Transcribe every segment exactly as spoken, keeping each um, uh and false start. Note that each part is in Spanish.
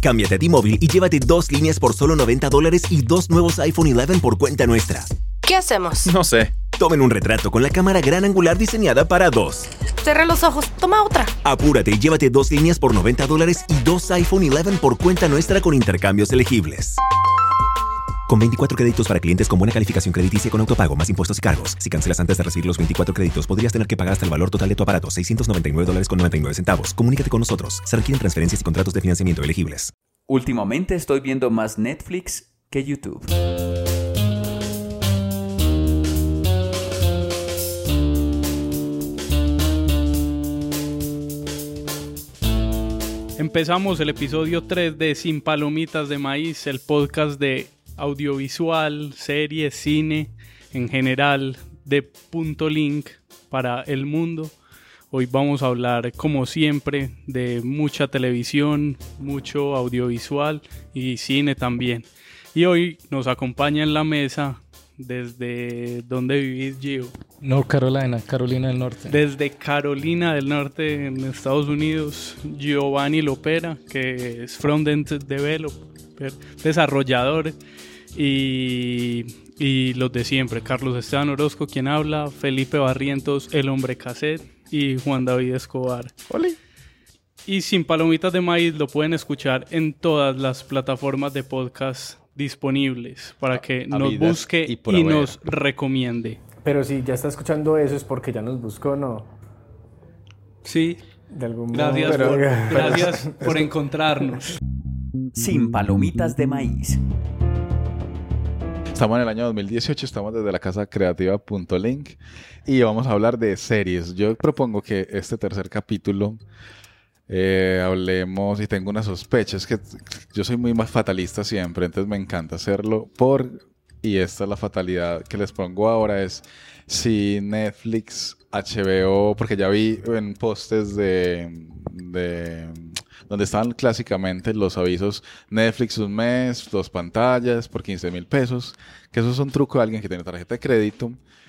Cámbiate a T-Mobile y llévate dos líneas por solo noventa dólares y dos nuevos iPhone once por cuenta nuestra. ¿Qué hacemos? No sé. Tomen un retrato con la cámara gran angular diseñada para dos. Cerré los ojos. Toma otra. Apúrate y llévate dos líneas por noventa dólares y dos iPhone once por cuenta nuestra con intercambios elegibles. Con veinticuatro créditos para clientes con buena calificación crediticia con autopago, más impuestos y cargos. Si cancelas antes de recibir los veinticuatro créditos, podrías tener que pagar hasta el valor total de tu aparato, seiscientos noventa y nueve dólares con noventa y nueve centavos. Comunícate con nosotros. Se requieren transferencias y contratos de financiamiento elegibles. Últimamente estoy viendo más Netflix que YouTube. Empezamos el episodio tres de Sin Palomitas de Maíz, el podcast de audiovisual, series, cine, en general, de Punto Link para el mundo. Hoy vamos a hablar, como siempre, de mucha televisión, mucho audiovisual y cine también. Y hoy nos acompaña en la mesa, desde ¿dónde vivís, Gio? North Carolina, Carolina del Norte. Desde Carolina del Norte, en Estados Unidos, Giovanni Lopera, que es Frontend Developer, desarrollador, y, y los de siempre, Carlos Esteban Orozco, quien habla, Felipe Barrientos, el hombre cassette, y Juan David Escobar. Hola. Y Sin Palomitas de Maíz lo pueden escuchar en todas las plataformas de podcast disponibles para que a nos busque y, y nos recomiende. Pero si ya está escuchando eso es porque ya nos buscó, ¿no? Sí. De algún Gracias, modo. por, Pero... gracias por encontrarnos. Sin Palomitas de Maíz. Estamos en el año dos mil dieciocho, estamos desde la casa creativa Punto Link y vamos a hablar de series. Yo propongo que este tercer capítulo eh, hablemos, y tengo una sospecha, es que yo soy muy más fatalista siempre, entonces me encanta hacerlo por, y esta es la fatalidad que les pongo ahora, es si Netflix, H B O, porque ya vi en postes de... de donde estaban clásicamente los avisos: Netflix un mes, dos pantallas por quince mil pesos, que eso es un truco de alguien que tiene tarjeta de crédito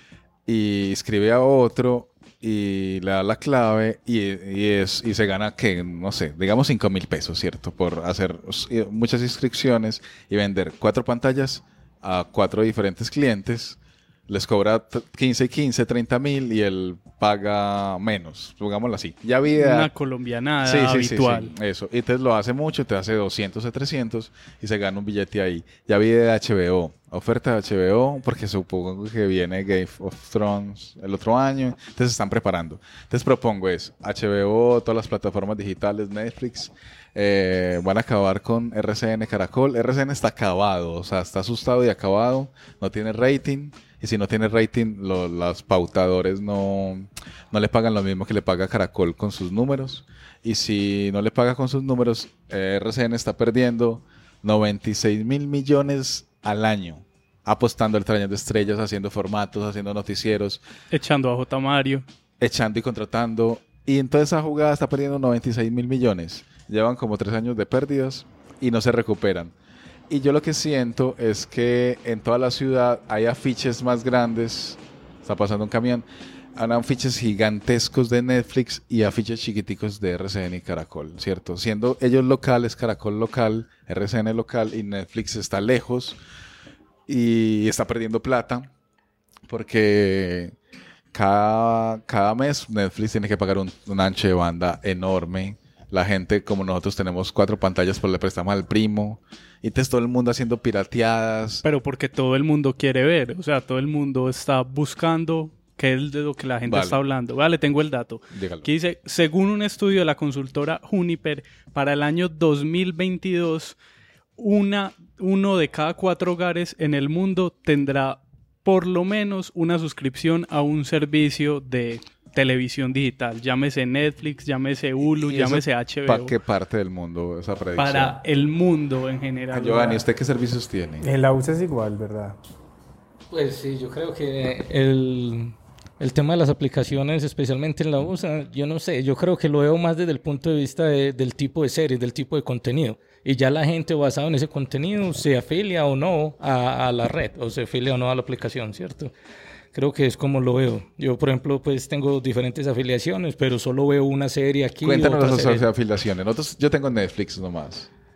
y escribe a otro y le da la clave y, y, es, y se gana, que no sé, digamos cinco mil pesos, ¿cierto? Por hacer muchas inscripciones y vender cuatro pantallas a cuatro diferentes clientes. Les cobra quince y quince, treinta mil y él paga menos, pongámoslo así. Ya vi de... Una colombianada sí, sí, habitual. Sí, sí, eso. Y entonces lo hace mucho, te hace doscientos o trescientos y se gana un billete ahí. Ya vi de H B O, oferta de H B O, porque supongo que viene Game of Thrones el otro año, entonces se están preparando. Entonces propongo eso, H B O, todas las plataformas digitales, Netflix, eh, van a acabar con R C N Caracol. R C N está acabado, o sea, está asustado y acabado, no tiene rating. Y si no tiene rating, lo, los pautadores no, no le pagan lo mismo que le paga Caracol con sus números. Y si no le paga con sus números, eh, R C N está perdiendo noventa y seis mil millones al año, apostando al Trayendo Estrellas, haciendo formatos, haciendo noticieros. Echando a J. Mario. Echando y contratando. Y entonces esa jugada está perdiendo noventa y seis mil millones. Llevan como tres años de pérdidas y no se recuperan. Y yo lo que siento es que en toda la ciudad hay afiches más grandes, está pasando un camión, hay afiches gigantescos de Netflix y afiches chiquiticos de R C N y Caracol, ¿cierto? Siendo ellos locales, Caracol local, R C N local, y Netflix está lejos y está perdiendo plata porque cada, cada mes Netflix tiene que pagar un, un ancho de banda enorme. La gente, como nosotros tenemos cuatro pantallas, pues le prestamos al primo. Y entonces todo el mundo haciendo pirateadas. Pero porque todo el mundo quiere ver. O sea, todo el mundo está buscando qué es de lo que la gente Vale. está hablando. Vale, tengo el dato. Dígalo. Que dice, según un estudio de la consultora Juniper, para el año dos mil veintidós, una, uno de cada cuatro hogares en el mundo tendrá por lo menos una suscripción a un servicio de televisión digital, llámese Netflix, llámese Hulu, llámese H B O. ¿Para qué parte del mundo esa predicción? Para el mundo en general. Ah, Giovanni, ¿usted qué servicios tiene? En la U C es igual, ¿verdad? Pues sí, yo creo que el, el tema de las aplicaciones, especialmente en la U S A, yo no sé, yo creo que lo veo más desde el punto de vista de, del tipo de series, del tipo de contenido. Y ya la gente basado en ese contenido se afilia o no a, a la red, o se afilia o no a la aplicación, ¿cierto? Creo que es como lo veo. Yo, por ejemplo, pues tengo diferentes afiliaciones, pero solo veo una serie aquí. Cuéntanos otra las serie. afiliaciones. Nosotros, yo tengo Netflix nomás.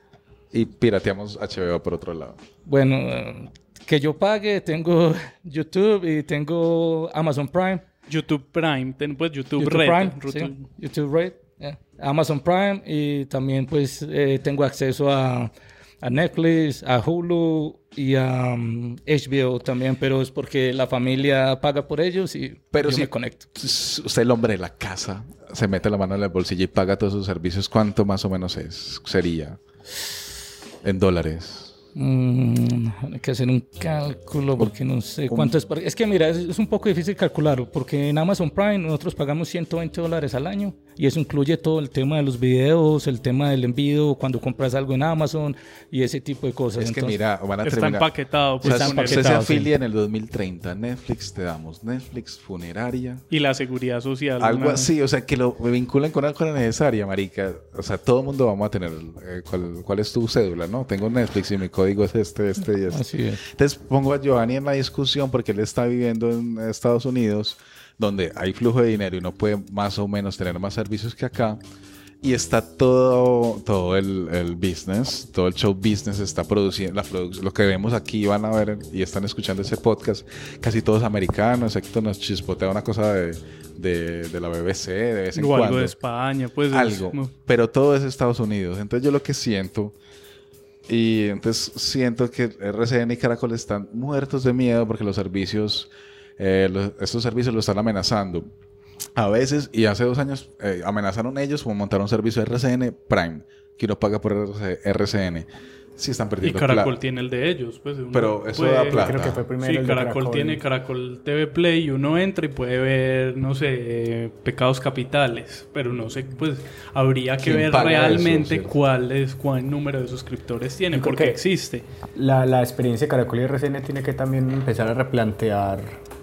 y pirateamos H B O por otro lado. Bueno, eh, que yo pague, tengo YouTube y tengo Amazon Prime. YouTube Prime, ten, pues YouTube, YouTube Red. Prime, Rutu- sí, YouTube Red, yeah. Amazon Prime y también pues eh, tengo acceso a, a Netflix, a Hulu y a um, H B O también, pero es porque la familia paga por ellos y Pero yo si me conecto. usted, el hombre de la casa, se mete la mano en el bolsillo y paga todos sus servicios, ¿cuánto más o menos es? Sería en dólares. Mm, hay que hacer un cálculo porque no sé cuánto es. por- Es que mira, es, es un poco difícil calcularlo porque en Amazon Prime nosotros pagamos ciento veinte dólares al año y eso incluye todo el tema de los videos, el tema del envío, cuando compras algo en Amazon y ese tipo de cosas. Es que Entonces, mira, van a Está terminar... empaquetado. O Pues, sea, está con el- usted se empaquetado, sí. afilia en el dos mil treinta a Netflix, te damos Netflix, funeraria, y la seguridad social. algo una- así, o sea, que lo vinculen con una cosa necesaria, marica. O sea, todo el mundo vamos a tener eh, cuál, cuál es tu cédula, ¿no? Tengo Netflix y mi código es este, este y este. así es. Entonces pongo a Giovanni en la discusión porque él está viviendo en Estados Unidos, donde hay flujo de dinero y no puede más o menos tener más servicios que acá. Y está todo, todo el, el business, todo el show business está produciendo, la produ- lo que vemos aquí van a ver y están escuchando ese podcast, casi todos americanos, excepto nos chispotea una cosa de, de, de la B B C de vez en O cuando. algo de España, pues. es- Algo, pero todo es Estados Unidos. Entonces yo lo que siento, y entonces siento que R C N y Caracol están muertos de miedo porque los servicios, eh, los- estos servicios lo están amenazando. A veces, y hace dos años eh, amenazaron ellos como montar un servicio de R C N Prime, que uno paga por R C N. Sí están Y perdiendo Caracol plata. tiene el de ellos, pues. uno Pero eso puede- da plata. Creo que fue primero Sí, el de Caracol, Caracol. tiene Caracol T V Play y uno entra y puede ver, no sé, eh, pecados capitales, pero no sé, pues habría que ¿Quién ver paga realmente eso, sí? cuál es, cuál número de suscriptores tiene, Yo creo porque que- existe. La, la experiencia de Caracol y R C N tiene que también empezar a replantear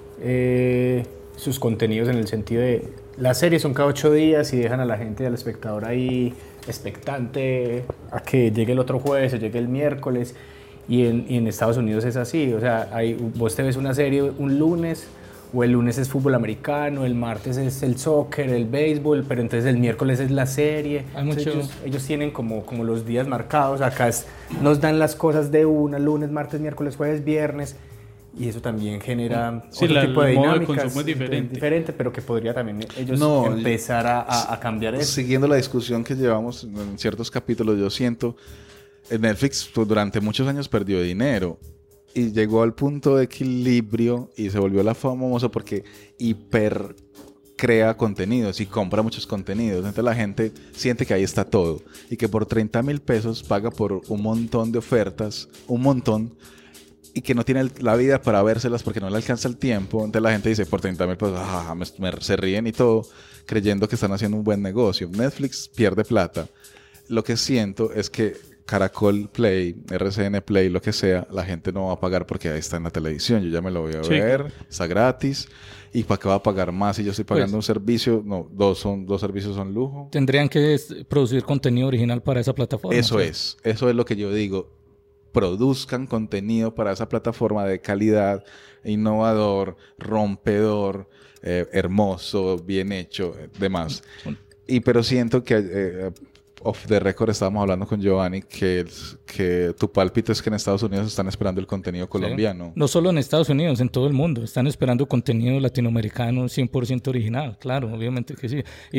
eh, sus contenidos en el sentido de las series son cada ocho días y dejan a la gente, al espectador ahí expectante a que llegue el otro jueves o llegue el miércoles y en, y en Estados Unidos es así, o sea, hay, vos te ves una serie un lunes o el lunes es fútbol americano, el martes es el soccer, el béisbol, pero entonces el miércoles es la serie. Hay Entonces mucho- ellos, ellos tienen como, como los días marcados, acá es- nos dan las cosas de una, lunes, martes, miércoles, jueves, viernes, y eso también genera Sí, otro la- tipo de el modo de dinámicas. consumo es diferente. diferente, pero que podría también ellos No, empezar a, a- a cambiar eso. Siguiendo la discusión que llevamos en ciertos capítulos, yo siento que Netflix pues, durante muchos años perdió dinero y llegó al punto de equilibrio y se volvió la famoso porque hiper crea contenidos y compra muchos contenidos. Entonces la gente siente que ahí está todo y que por treinta mil pesos paga por un montón de ofertas, un montón, y que no tiene el- la vida para vérselas porque no le alcanza el tiempo. Entonces la gente dice, por treinta mil pesos, ah, me- me- se ríen y todo, creyendo que están haciendo un buen negocio. Netflix pierde plata. Lo que siento es que Caracol Play, R C N Play, lo que sea, la gente no va a pagar porque ahí está en la televisión. Yo ya me lo voy a Sí. ver, está gratis. ¿Y para qué va a pagar más si yo estoy pagando Pues- un servicio? No, dos, son, dos servicios son lujo. Tendrían que es- producir contenido original para esa plataforma. Eso ¿sí? es, eso es lo que yo digo. Produzcan contenido para esa plataforma de calidad, innovador, rompedor, eh, hermoso, bien hecho, eh, demás. Y pero siento que eh, off the record estábamos hablando con Giovanni que, es- que tu pálpito es que en Estados Unidos están esperando el contenido colombiano. No solo en Estados Unidos, en todo el mundo. Están esperando contenido latinoamericano cien por ciento original, claro, obviamente que sí.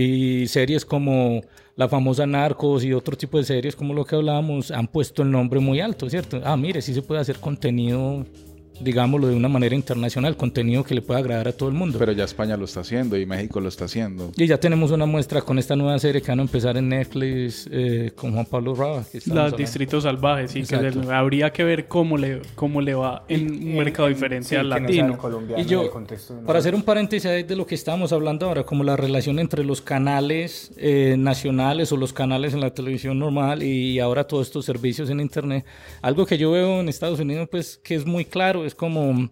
Y series como la famosa Narcos y otro tipo de series como lo que hablábamos han puesto el nombre muy alto, ¿cierto? Ah, mire, sí se puede hacer contenido, digámoslo de una manera internacional, contenido que le pueda agradar a todo el mundo. Pero ya España lo está haciendo y México lo está haciendo. Y ya tenemos una muestra con esta nueva serie que van a empezar en Netflix eh, con Juan Pablo Raba. que estamos Los hablando. distritos salvajes, sí, que Exacto. se- habría que ver cómo le, cómo le va en un mercado diferente al latino. Y yo, para hacer un paréntesis ahí de lo que estábamos hablando ahora, como la relación entre los canales eh, nacionales o los canales en la televisión normal y ahora todos estos servicios en internet, algo que yo veo en Estados Unidos, pues que es muy claro, es como,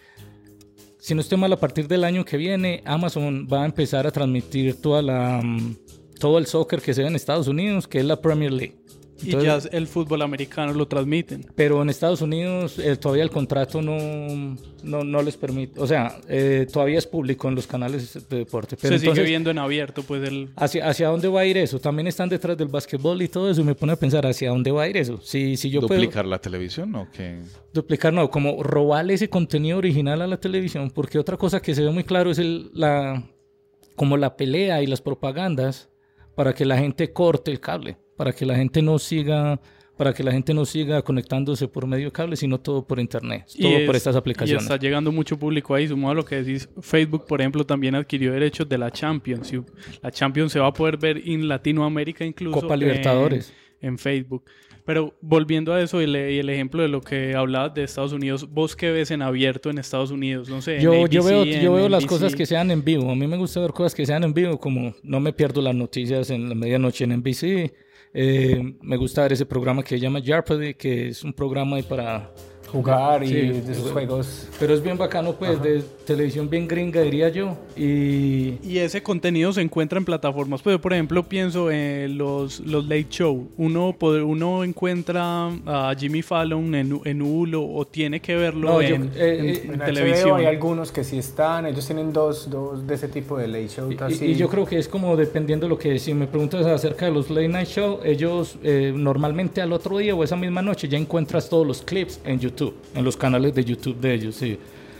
si no estoy mal, a partir del año que viene, Amazon va a empezar a transmitir toda la, mm, todo el soccer que se ve en Estados Unidos, que es la Premier League. Entonces, y ya el fútbol americano lo transmiten. Pero en Estados Unidos eh, todavía el contrato no, no, no les permite, o sea, eh, todavía es público en los canales de deporte. Pero se entonces, sigue viendo en abierto, pues el... ¿hacia, ¿Hacia dónde va a ir eso? También están detrás del básquetbol y todo eso, y me pone a pensar, ¿hacia dónde va a ir eso? Si, si yo ¿Duplicar puedo, la televisión o qué? Duplicar, no, como robarle ese contenido original a la televisión, porque otra cosa que se ve muy claro es el, la, como la pelea y las propagandas para que la gente corte el cable, para que la gente no siga... para que la gente no siga conectándose por medio de cable, sino todo por internet, todo es, por estas aplicaciones. Y está llegando mucho público ahí, sumado a lo que decís. Facebook, por ejemplo, también adquirió derechos de la Champions. La Champions se va a poder ver en Latinoamérica incluso. Copa Libertadores. En, en Facebook. Pero volviendo a eso y el, y el ejemplo de lo que hablabas de Estados Unidos, ¿vos qué ves en abierto en Estados Unidos? No sé, yo, en A B C, yo veo, en yo veo las N B C. cosas que sean en vivo. A mí me gusta ver cosas que sean en vivo, como no me pierdo las noticias en la medianoche en N B C. Eh, me gusta ver ese programa que se llama Jeopardy, que es un programa ahí para jugar y sí, de esos juegos. Pero es bien bacano, pues, ajá, de televisión bien gringa, diría yo. Y... y ese contenido se encuentra en plataformas. Pues yo, por ejemplo, pienso en los, los Late Show. Uno, uno encuentra a Jimmy Fallon en, en Hulu o tiene que verlo no, en, yo, eh, en, eh, en, en televisión. H B O hay algunos que sí están. Ellos tienen dos, dos de ese tipo de Late Show. Y, y yo creo que es como dependiendo de lo que... Si me preguntas acerca de los Late Night Show, ellos eh, normalmente al otro día o esa misma noche ya encuentras todos los clips en YouTube, en los canales de YouTube de ellos, sí.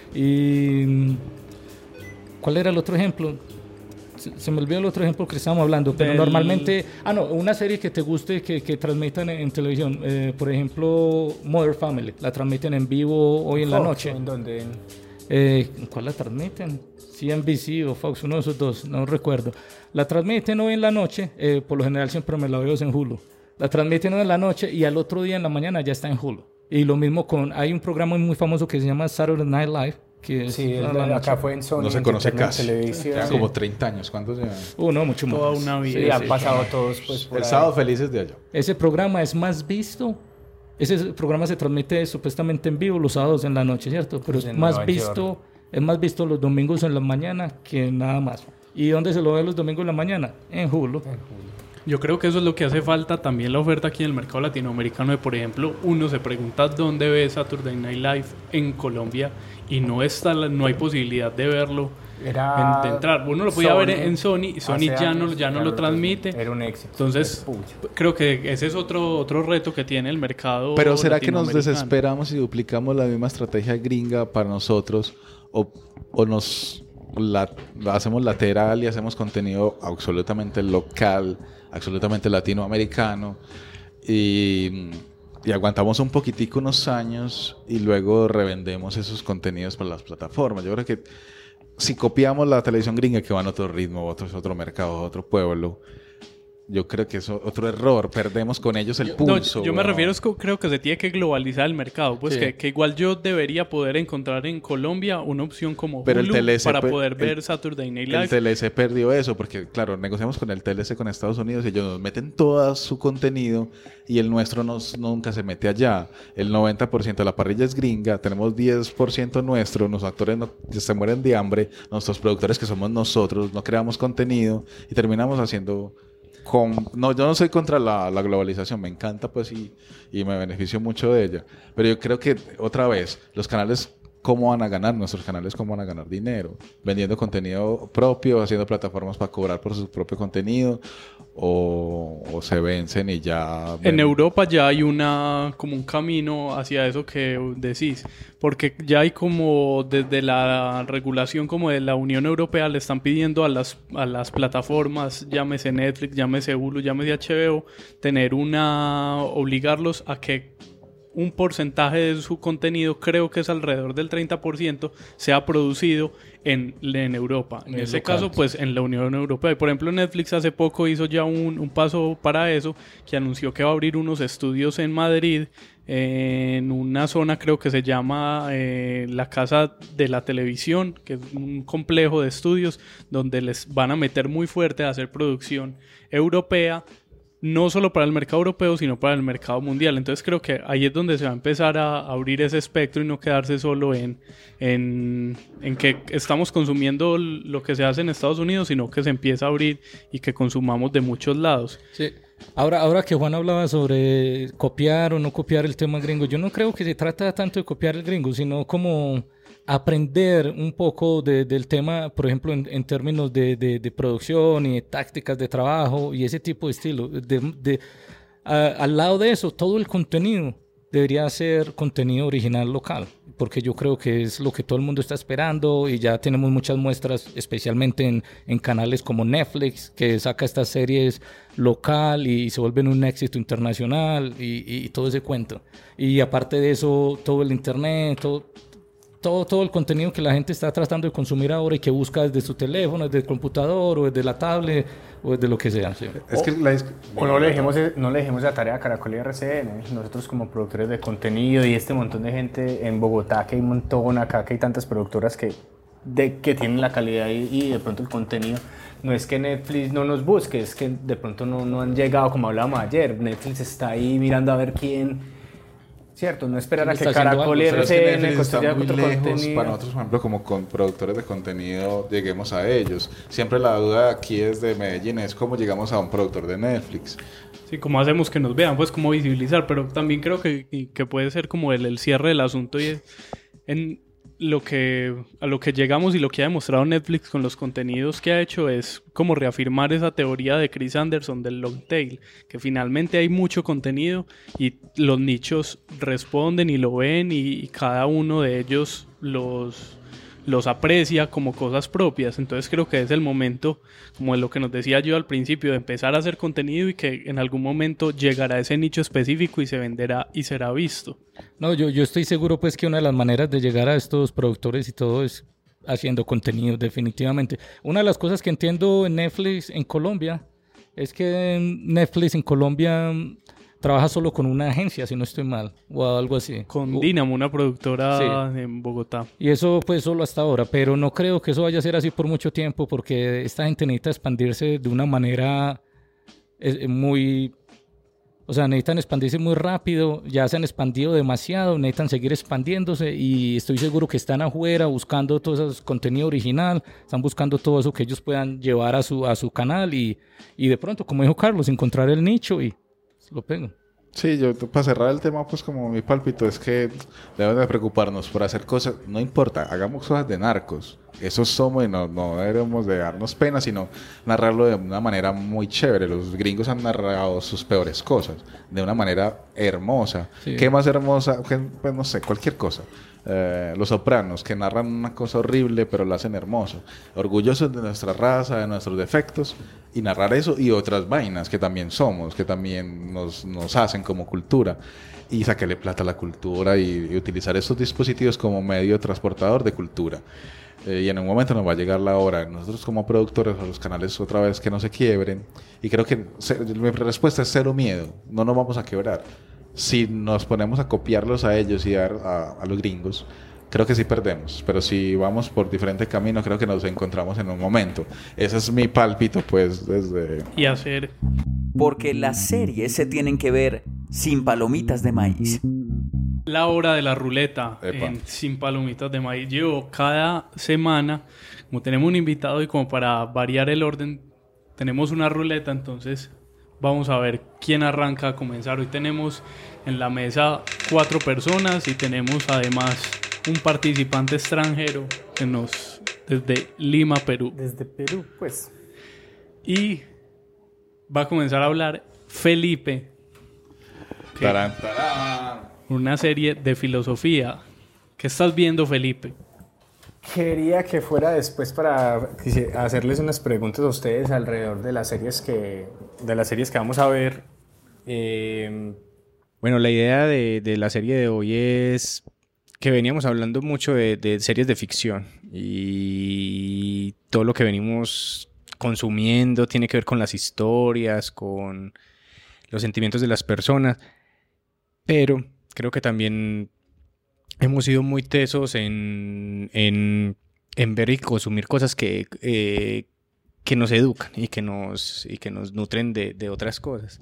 Y... ¿cuál era el otro ejemplo? Se, se me olvidó el otro ejemplo que estábamos hablando, pero Del... normalmente... Ah, no, una serie que te guste que, que transmitan en, en televisión. Eh, por ejemplo, Modern Family. La transmiten en vivo hoy en Fox, la noche. ¿En dónde? Eh, ¿Cuál la transmiten? C N B C o Fox, uno de esos dos, no recuerdo. La transmiten hoy en la noche, eh, por lo general siempre me la veo en Hulu. La transmiten hoy en la noche y al otro día en la mañana ya está en Hulu. Y lo mismo con... hay un programa muy famoso que se llama Saturday Night Live. Que sí, es de, acá fue en Sony. No se conoce casi. Televisión. Ya Sí. como treinta años. ¿Cuántos llevan? Uh, no, mucho más. Toda una vida. Sí, Sí, han sí. pasado todos pues por El ahí. sábado felices de allá. Ese programa es más visto. Ese programa se transmite supuestamente en vivo los sábados en la noche, ¿cierto? Pero es En más Nueva visto, York. es más visto los domingos en la mañana que nada más. ¿Y dónde se lo ve los domingos en la mañana? En Hulu. Yo creo que eso es lo que hace falta también la oferta aquí en el mercado latinoamericano. De, por ejemplo, uno se pregunta dónde ve Saturday Night Live en Colombia y no está, no hay posibilidad de verlo. Era En, de entrar. Uno lo podía Sony, ver en Sony, Sony hace ya no, años, ya no ya lo transmite. Era un éxito. Entonces, Pucha. creo que ese es otro, otro reto que tiene el mercado. Pero ¿será que nos latinoamericano? desesperamos y duplicamos la misma estrategia gringa para nosotros? ¿O, o nos la, la hacemos lateral y hacemos contenido absolutamente local, absolutamente latinoamericano? Y, y aguantamos un poquitico unos años y luego revendemos esos contenidos para las plataformas. Yo creo que si copiamos la televisión gringa que va en otro ritmo, otro, otro mercado, otro pueblo, yo creo que es otro error. Perdemos con ellos el Yo- pulso. No, yo me weón. refiero, es que creo que se tiene que globalizar el mercado. Pues Sí. que, que igual yo debería poder encontrar en Colombia una opción como Pero el Hulu T L C para pe- poder el- ver Saturday Night El Live. T L C perdió eso porque, claro, negociamos con el T L C con Estados Unidos y ellos nos meten todo su contenido y el nuestro nos, nunca se mete allá. El noventa por ciento de la parrilla es gringa, tenemos diez por ciento nuestro, los actores no, se mueren de hambre, nuestros productores que somos nosotros, no creamos contenido y terminamos haciendo... Con, no, yo no soy contra la, la globalización, me encanta pues y, y me beneficio mucho de ella. Pero yo creo que otra vez, los canales, ¿cómo van a ganar? Nuestros canales, ¿cómo van a ganar dinero? Vendiendo contenido propio, haciendo plataformas para cobrar por su propio contenido, o, o se vencen y ya... En ven- Europa ya hay una como un camino hacia eso que decís, porque ya hay como desde la regulación como de la Unión Europea le están pidiendo a las a las plataformas, llámese Netflix, llámese Hulu, llámese H B O, tener una obligarlos a que un porcentaje de su contenido, creo que es alrededor del treinta por ciento, sea producido en, en Europa. En En ese local. caso, pues en la Unión Europea. Y por ejemplo, Netflix hace poco hizo ya un, un paso para eso, que anunció que va a abrir unos estudios en Madrid, en una zona creo que se llama eh, la Casa de la Televisión, que es un complejo de estudios donde les van a meter muy fuerte a hacer producción europea, no solo para el mercado europeo, sino para el mercado mundial. Entonces creo que ahí es donde se va a empezar a abrir ese espectro y no quedarse solo en, en, en que estamos consumiendo lo que se hace en Estados Unidos, sino que se empieza a abrir y que consumamos de muchos lados. Sí. Ahora, ahora que Juan hablaba sobre copiar o no copiar el tema gringo, yo no creo que se trata tanto de copiar el gringo, sino como aprender un poco de, del tema, por ejemplo, en, en términos de, de, de producción y de tácticas de trabajo y ese tipo de estilo. De, de, a, al lado de eso, todo el contenido debería ser contenido original local, porque yo creo que es lo que todo el mundo está esperando y ya tenemos muchas muestras, especialmente en, en canales como Netflix, que saca estas series local y se vuelven un éxito internacional y, y, y todo ese cuento. Y aparte de eso, todo el internet, todo, todo, todo el contenido que la gente está tratando de consumir ahora y que busca desde su teléfono, desde el computador o desde la tablet o desde lo que sea. ¿Sí? Es que la dis- O no le dejemos, no le dejemos la tarea a Caracol y R C N. Nosotros como productores de contenido y este montón de gente en Bogotá, que hay un montón, acá que hay tantas productoras que, de, que tienen la calidad y, y de pronto el contenido. No es que Netflix no nos busque, es que de pronto no, no han llegado, como hablábamos ayer. Netflix está ahí mirando a ver quién... Cierto, no esperar a que Caracol y R C N construya otro contenido. Para nosotros, por ejemplo, como con productores de contenido, lleguemos a ellos. Siempre la duda aquí desde Medellín es cómo llegamos a un productor de Netflix. Sí, cómo hacemos que nos vean, pues cómo visibilizar, pero también creo que, que puede ser como el, el cierre del asunto y es en lo que a lo que llegamos y lo que ha demostrado Netflix con los contenidos que ha hecho es como reafirmar esa teoría de Chris Anderson del long tail, que finalmente hay mucho contenido y los nichos responden y lo ven y, y cada uno de ellos los los aprecia como cosas propias. Entonces creo que es el momento, como es lo que nos decía yo al principio, de empezar a hacer contenido y que en algún momento llegará a ese nicho específico y se venderá y será visto. No, yo, yo estoy seguro pues que una de las maneras de llegar a estos productores y todo es haciendo contenido, definitivamente. Una de las cosas que entiendo en Netflix en Colombia es que Netflix en Colombia trabaja solo con una agencia, si no estoy mal, o algo así. Con o, Dynamo, una productora sí. en Bogotá. Y eso pues solo hasta ahora, pero no creo que eso vaya a ser así por mucho tiempo, porque esta gente necesita expandirse de una manera eh, muy... O sea, necesitan expandirse muy rápido, ya se han expandido demasiado, necesitan seguir expandiéndose y estoy seguro que están afuera buscando todo ese contenido original, están buscando todo eso que ellos puedan llevar a su, a su canal y, y de pronto, como dijo Carlos, encontrar el nicho y lo pego. Sí, yo para cerrar el tema, pues como mi pálpito es que debemos de preocuparnos por hacer cosas, no importa, hagamos cosas de narcos, eso somos y no, no debemos de darnos pena, sino narrarlo de una manera muy chévere. Los gringos han narrado sus peores cosas de una manera hermosa. Sí. ¿Qué más hermosa? Pues no sé, cualquier cosa. Eh, Los Sopranos, que narran una cosa horrible pero la hacen hermoso, orgullosos de nuestra raza, de nuestros defectos, y narrar eso y otras vainas que también somos, que también nos, nos hacen como cultura, y sacarle plata a la cultura y, y utilizar estos dispositivos como medio transportador de cultura. Eh, y en un momento nos va a llegar la hora, nosotros como productores, a los canales otra vez que no se quiebren, y creo que se, mi respuesta es cero miedo, no nos vamos a quebrar. Si nos ponemos a copiarlos a ellos y a, a, a los gringos, creo que sí perdemos. Pero si vamos por diferentes caminos, creo que nos encontramos en un momento. Ese es mi pálpito, pues, desde... Y hacer... Porque las series se tienen que ver sin palomitas de maíz. La hora de la ruleta Epa. en Sin Palomitas de Maíz. Yo cada semana, como tenemos un invitado y como para variar el orden, tenemos una ruleta, entonces... Vamos a ver quién arranca a comenzar. Hoy tenemos en la mesa cuatro personas y tenemos además un participante extranjero que nos desde Lima, Perú. Desde Perú, pues. Y va a comenzar a hablar Felipe. Tarán, tarán. Una serie de filosofía. ¿Qué estás viendo, Felipe? Quería que fuera después para hacerles unas preguntas a ustedes alrededor de las series que, de las series que vamos a ver. Eh... Bueno, la idea de, de la serie de hoy es que veníamos hablando mucho de, de series de ficción y todo lo que venimos consumiendo tiene que ver con las historias, con los sentimientos de las personas, pero creo que también hemos sido muy tesos en, en, en ver y consumir cosas que, eh, que nos educan y que nos, y que nos nutren de, de otras cosas.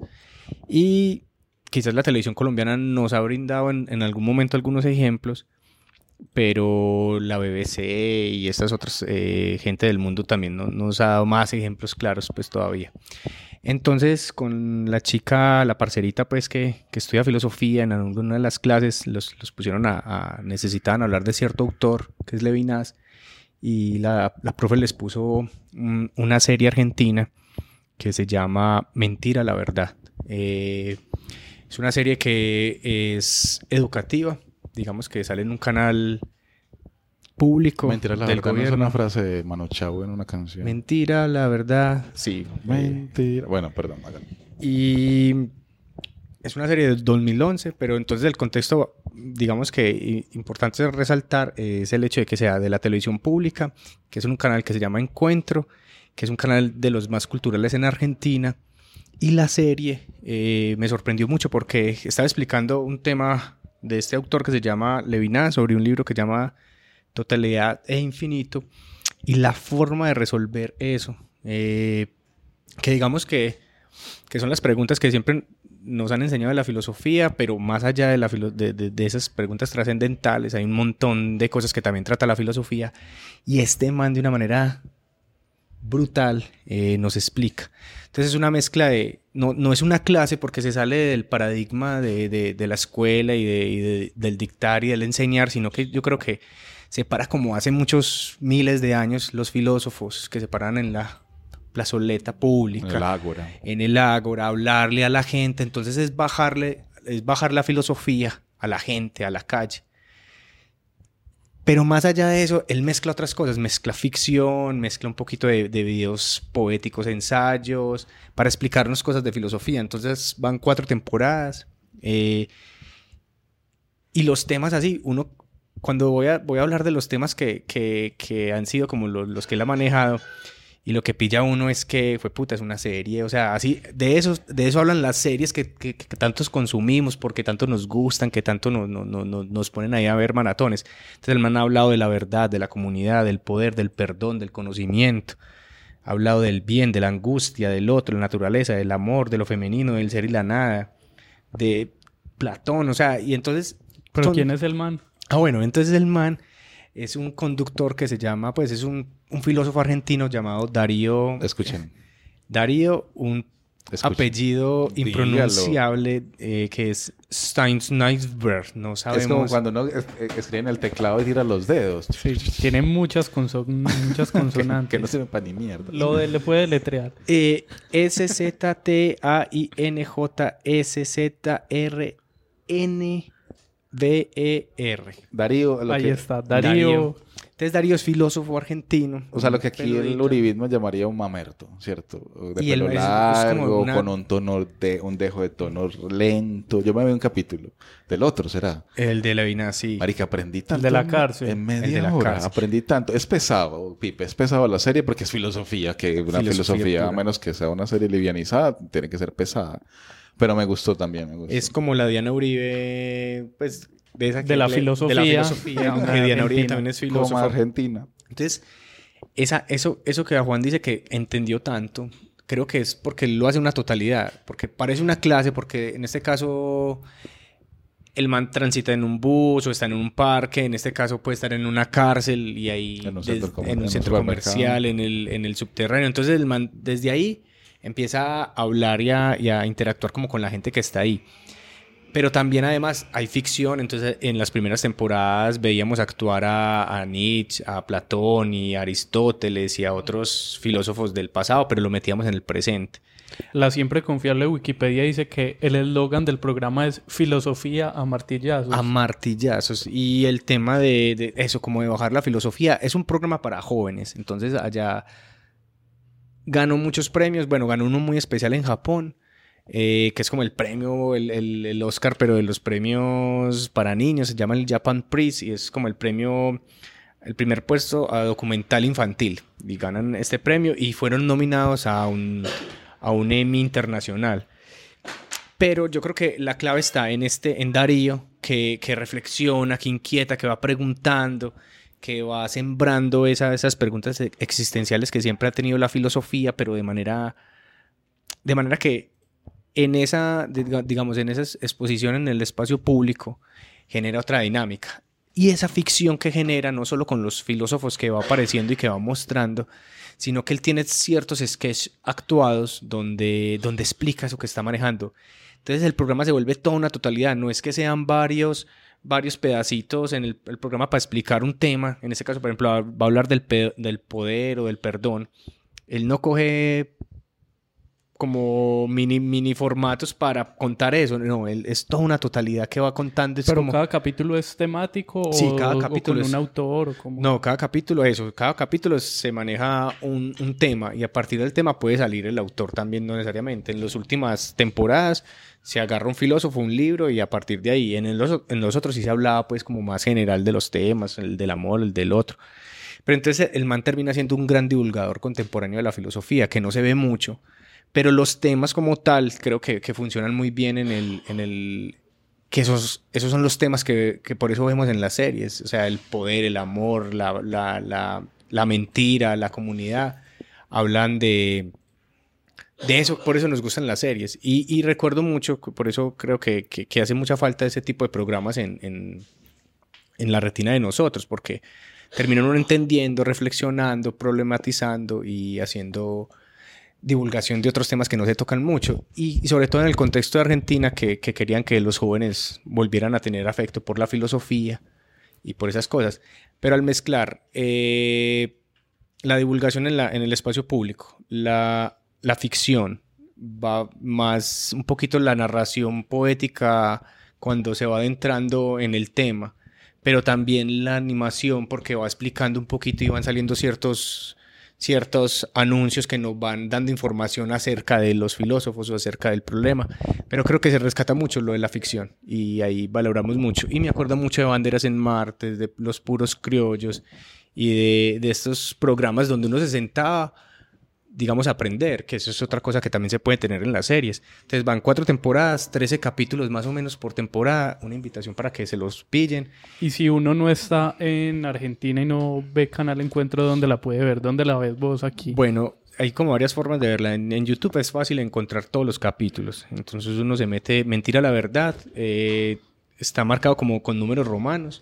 Y quizás la televisión colombiana nos ha brindado en, en algún momento algunos ejemplos, pero la B B C y estas otras eh, gente del mundo también no, nos ha dado más ejemplos claros pues todavía. Entonces con la chica, la parcerita pues que, que estudia filosofía, en alguna de las clases los, los pusieron a, a necesitaban hablar de cierto autor que es Levinas, y la, la profe les puso un, una serie argentina que se llama Mentira la verdad. Eh, es una serie que es educativa, digamos que sale en un canal público. Mentira la del verdad gobierno. no es una frase de Manu Chao en una canción. Mentira la verdad, sí. Mentira. Bueno, perdón. hágalo. Y es una serie del dos mil once, pero entonces el contexto, digamos que importante resaltar es el hecho de que sea de la televisión pública, que es un canal que se llama Encuentro, que es un canal de los más culturales en Argentina. Y la serie eh, me sorprendió mucho porque estaba explicando un tema de este autor que se llama Levinas, sobre un libro que se llama Totalidad e Infinito, y la forma de resolver eso, eh, que digamos que, que son las preguntas que siempre nos han enseñado de la filosofía, pero más allá de, la filo- de, de, de esas preguntas trascendentales, hay un montón de cosas que también trata la filosofía, y este man de una manera brutal eh, nos explica. Entonces es una mezcla de, no, no es una clase porque se sale del paradigma de, de, de la escuela y, de, y de, del dictar y del enseñar, sino que yo creo que se para como hace muchos miles de años los filósofos que se paran en la plazoleta pública, En el ágora. en el ágora, hablarle a la gente. Entonces es bajarle, es bajar la filosofía a la gente, a la calle. Pero más allá de eso, él mezcla otras cosas, mezcla ficción, mezcla un poquito de, de videos poéticos, ensayos, para explicarnos cosas de filosofía. Entonces van cuatro temporadas. Eh, y los temas así, uno, cuando voy a, voy a hablar de los temas que, que, que han sido como los, los que él ha manejado, y lo que pilla uno es que, fue puta, es una serie, o sea, así, de eso, de eso hablan las series que, que, que tantos consumimos, porque tanto nos gustan, que tanto no, no, no, no, nos ponen ahí a ver maratones. Entonces el man ha hablado de la verdad, de la comunidad, del poder, del perdón, del conocimiento. Ha hablado del bien, de la angustia, del otro, la naturaleza, del amor, de lo femenino, del ser y la nada, de Platón, o sea, y entonces... ¿Pero son... quién es el man? Ah, bueno, entonces el man es un conductor que se llama, pues es un, un filósofo argentino llamado Darío. Escuchen. Darío, un Escuchen. apellido Dígalo. impronunciable eh, que es Steinsneisberg. No sabemos. Es como cuando uno es- eh, escribe en el teclado y tira los dedos. Sí, tiene muchas, conso- muchas que, consonantes. que no se me pa' ni mierda. Lo de, le puede deletrear. Eh, S Z T A I N J S Z R N B E R. Darío, lo Ahí que, está, Darío. Darío. Entonces Darío es filósofo argentino. o sea, lo que aquí el Peludito. uribismo llamaría un mamerto, ¿cierto? De Y él pelo es- es como largo, una- con un tono de un dejo de tono lento. Yo me veo un capítulo del otro, ¿será? El de Levinas, sí. Marica, aprendí tanto. de la en- cárcel. En El media de la hora. cárcel. Aprendí tanto. Es pesado, Pipe. Es pesado la serie porque es filosofía. Que una Filosofía filosofía, a pura. menos que sea una serie livianizada, tiene que ser pesada. Pero me gustó también. Me gustó. Es como la Diana Uribe, pues, de, esa que De la le- filosofía. De la filosofía, aunque Argentina. Diana Uribe también es como filósofa. Argentina. Entonces, esa, eso, eso que Juan dice que entendió tanto, creo que es porque lo hace una totalidad, porque parece una clase, porque en este caso el man transita en un bus o está en un parque, en este caso puede estar en una cárcel y ahí En un des- centro comer- en un en un centro supermercado. comercial, en el, en el subterráneo. Entonces el man desde ahí empieza a hablar y a, y a interactuar como con la gente que está ahí. Pero también además hay ficción, entonces en las primeras temporadas veíamos actuar a, a Nietzsche, a Platón y a Aristóteles y a otros filósofos del pasado, pero lo metíamos en el presente. La siempre confiable Wikipedia dice que el eslogan del programa es filosofía a martillazos. A martillazos. Y el tema de, de eso, como de bajar la filosofía, es un programa para jóvenes. Entonces allá ganó muchos premios. Bueno, ganó uno muy especial en Japón, eh, que es como el premio, el, el, el Oscar, pero de los premios para niños. Se llama el Japan Prize y es como el premio, el primer puesto a documental infantil. Y ganan este premio y fueron nominados a un, a un Emmy internacional. Pero yo creo que la clave está en este, en Darío, que, que reflexiona, que inquieta, que va preguntando, que va sembrando esa, esas preguntas existenciales que siempre ha tenido la filosofía, pero de manera, de manera que en esa, digamos, en esa exposición en el espacio público genera otra dinámica. y esa ficción que genera, no solo con los filósofos que va apareciendo y que va mostrando, sino que él tiene ciertos sketches actuados donde, donde explica eso que está manejando. Entonces el programa se vuelve toda una totalidad, no es que sean varios, varios pedacitos en el, el programa para explicar un tema. En este caso, por ejemplo, va a hablar del, pe- del poder o del perdón. Él no coge como mini, mini formatos para contar eso, no, él, es toda una totalidad que va contando. Es ¿Pero como... cada capítulo es temático Sí, o, cada o capítulo con es... un autor? O como... No, cada capítulo es eso, cada capítulo se maneja un, un tema y a partir del tema puede salir el autor también, no necesariamente. En las últimas temporadas se agarra un filósofo, un libro y a partir de ahí, en los, en los otros sí se hablaba pues como más general de los temas, el del amor, el del otro. Pero entonces el man termina siendo un gran divulgador contemporáneo de la filosofía, que no se ve mucho, pero los temas como tal creo que, que funcionan muy bien en el... En el que esos, esos son los temas que, que por eso vemos en las series, o sea, el poder, el amor, la, la, la, la mentira, la comunidad, hablan de, de eso, por eso nos gustan las series. Y, y recuerdo mucho, por eso creo que, que, que hace mucha falta ese tipo de programas en, en, en la retina de nosotros, porque terminan uno entendiendo, reflexionando, problematizando y haciendo divulgación de otros temas que no se tocan mucho y, y sobre todo en el contexto de Argentina que, que querían que los jóvenes volvieran a tener afecto por la filosofía y por esas cosas, pero al mezclar eh, la divulgación en, la, en el espacio público, la, la ficción, va más un poquito la narración poética cuando se va adentrando en el tema, pero también la animación porque va explicando un poquito y van saliendo ciertos ciertos anuncios que nos van dando información acerca de los filósofos o acerca del problema, pero creo que se rescata mucho lo de la ficción y ahí valoramos mucho, y me acuerdo mucho de Banderas en Marte, de Los Puros Criollos y de, de estos programas donde uno se sentaba, digamos, a aprender, que eso es otra cosa que también se puede tener en las series. Entonces van cuatro temporadas, trece capítulos más o menos por temporada, una invitación para que se los pillen. Y si uno no está en Argentina y no ve Canal Encuentro, ¿dónde la puede ver? ¿Dónde la ves vos aquí? Bueno, hay como varias formas de verla. En, en YouTube es fácil encontrar todos los capítulos. Entonces uno se mete Mentira la Verdad, eh, está marcado como con números romanos.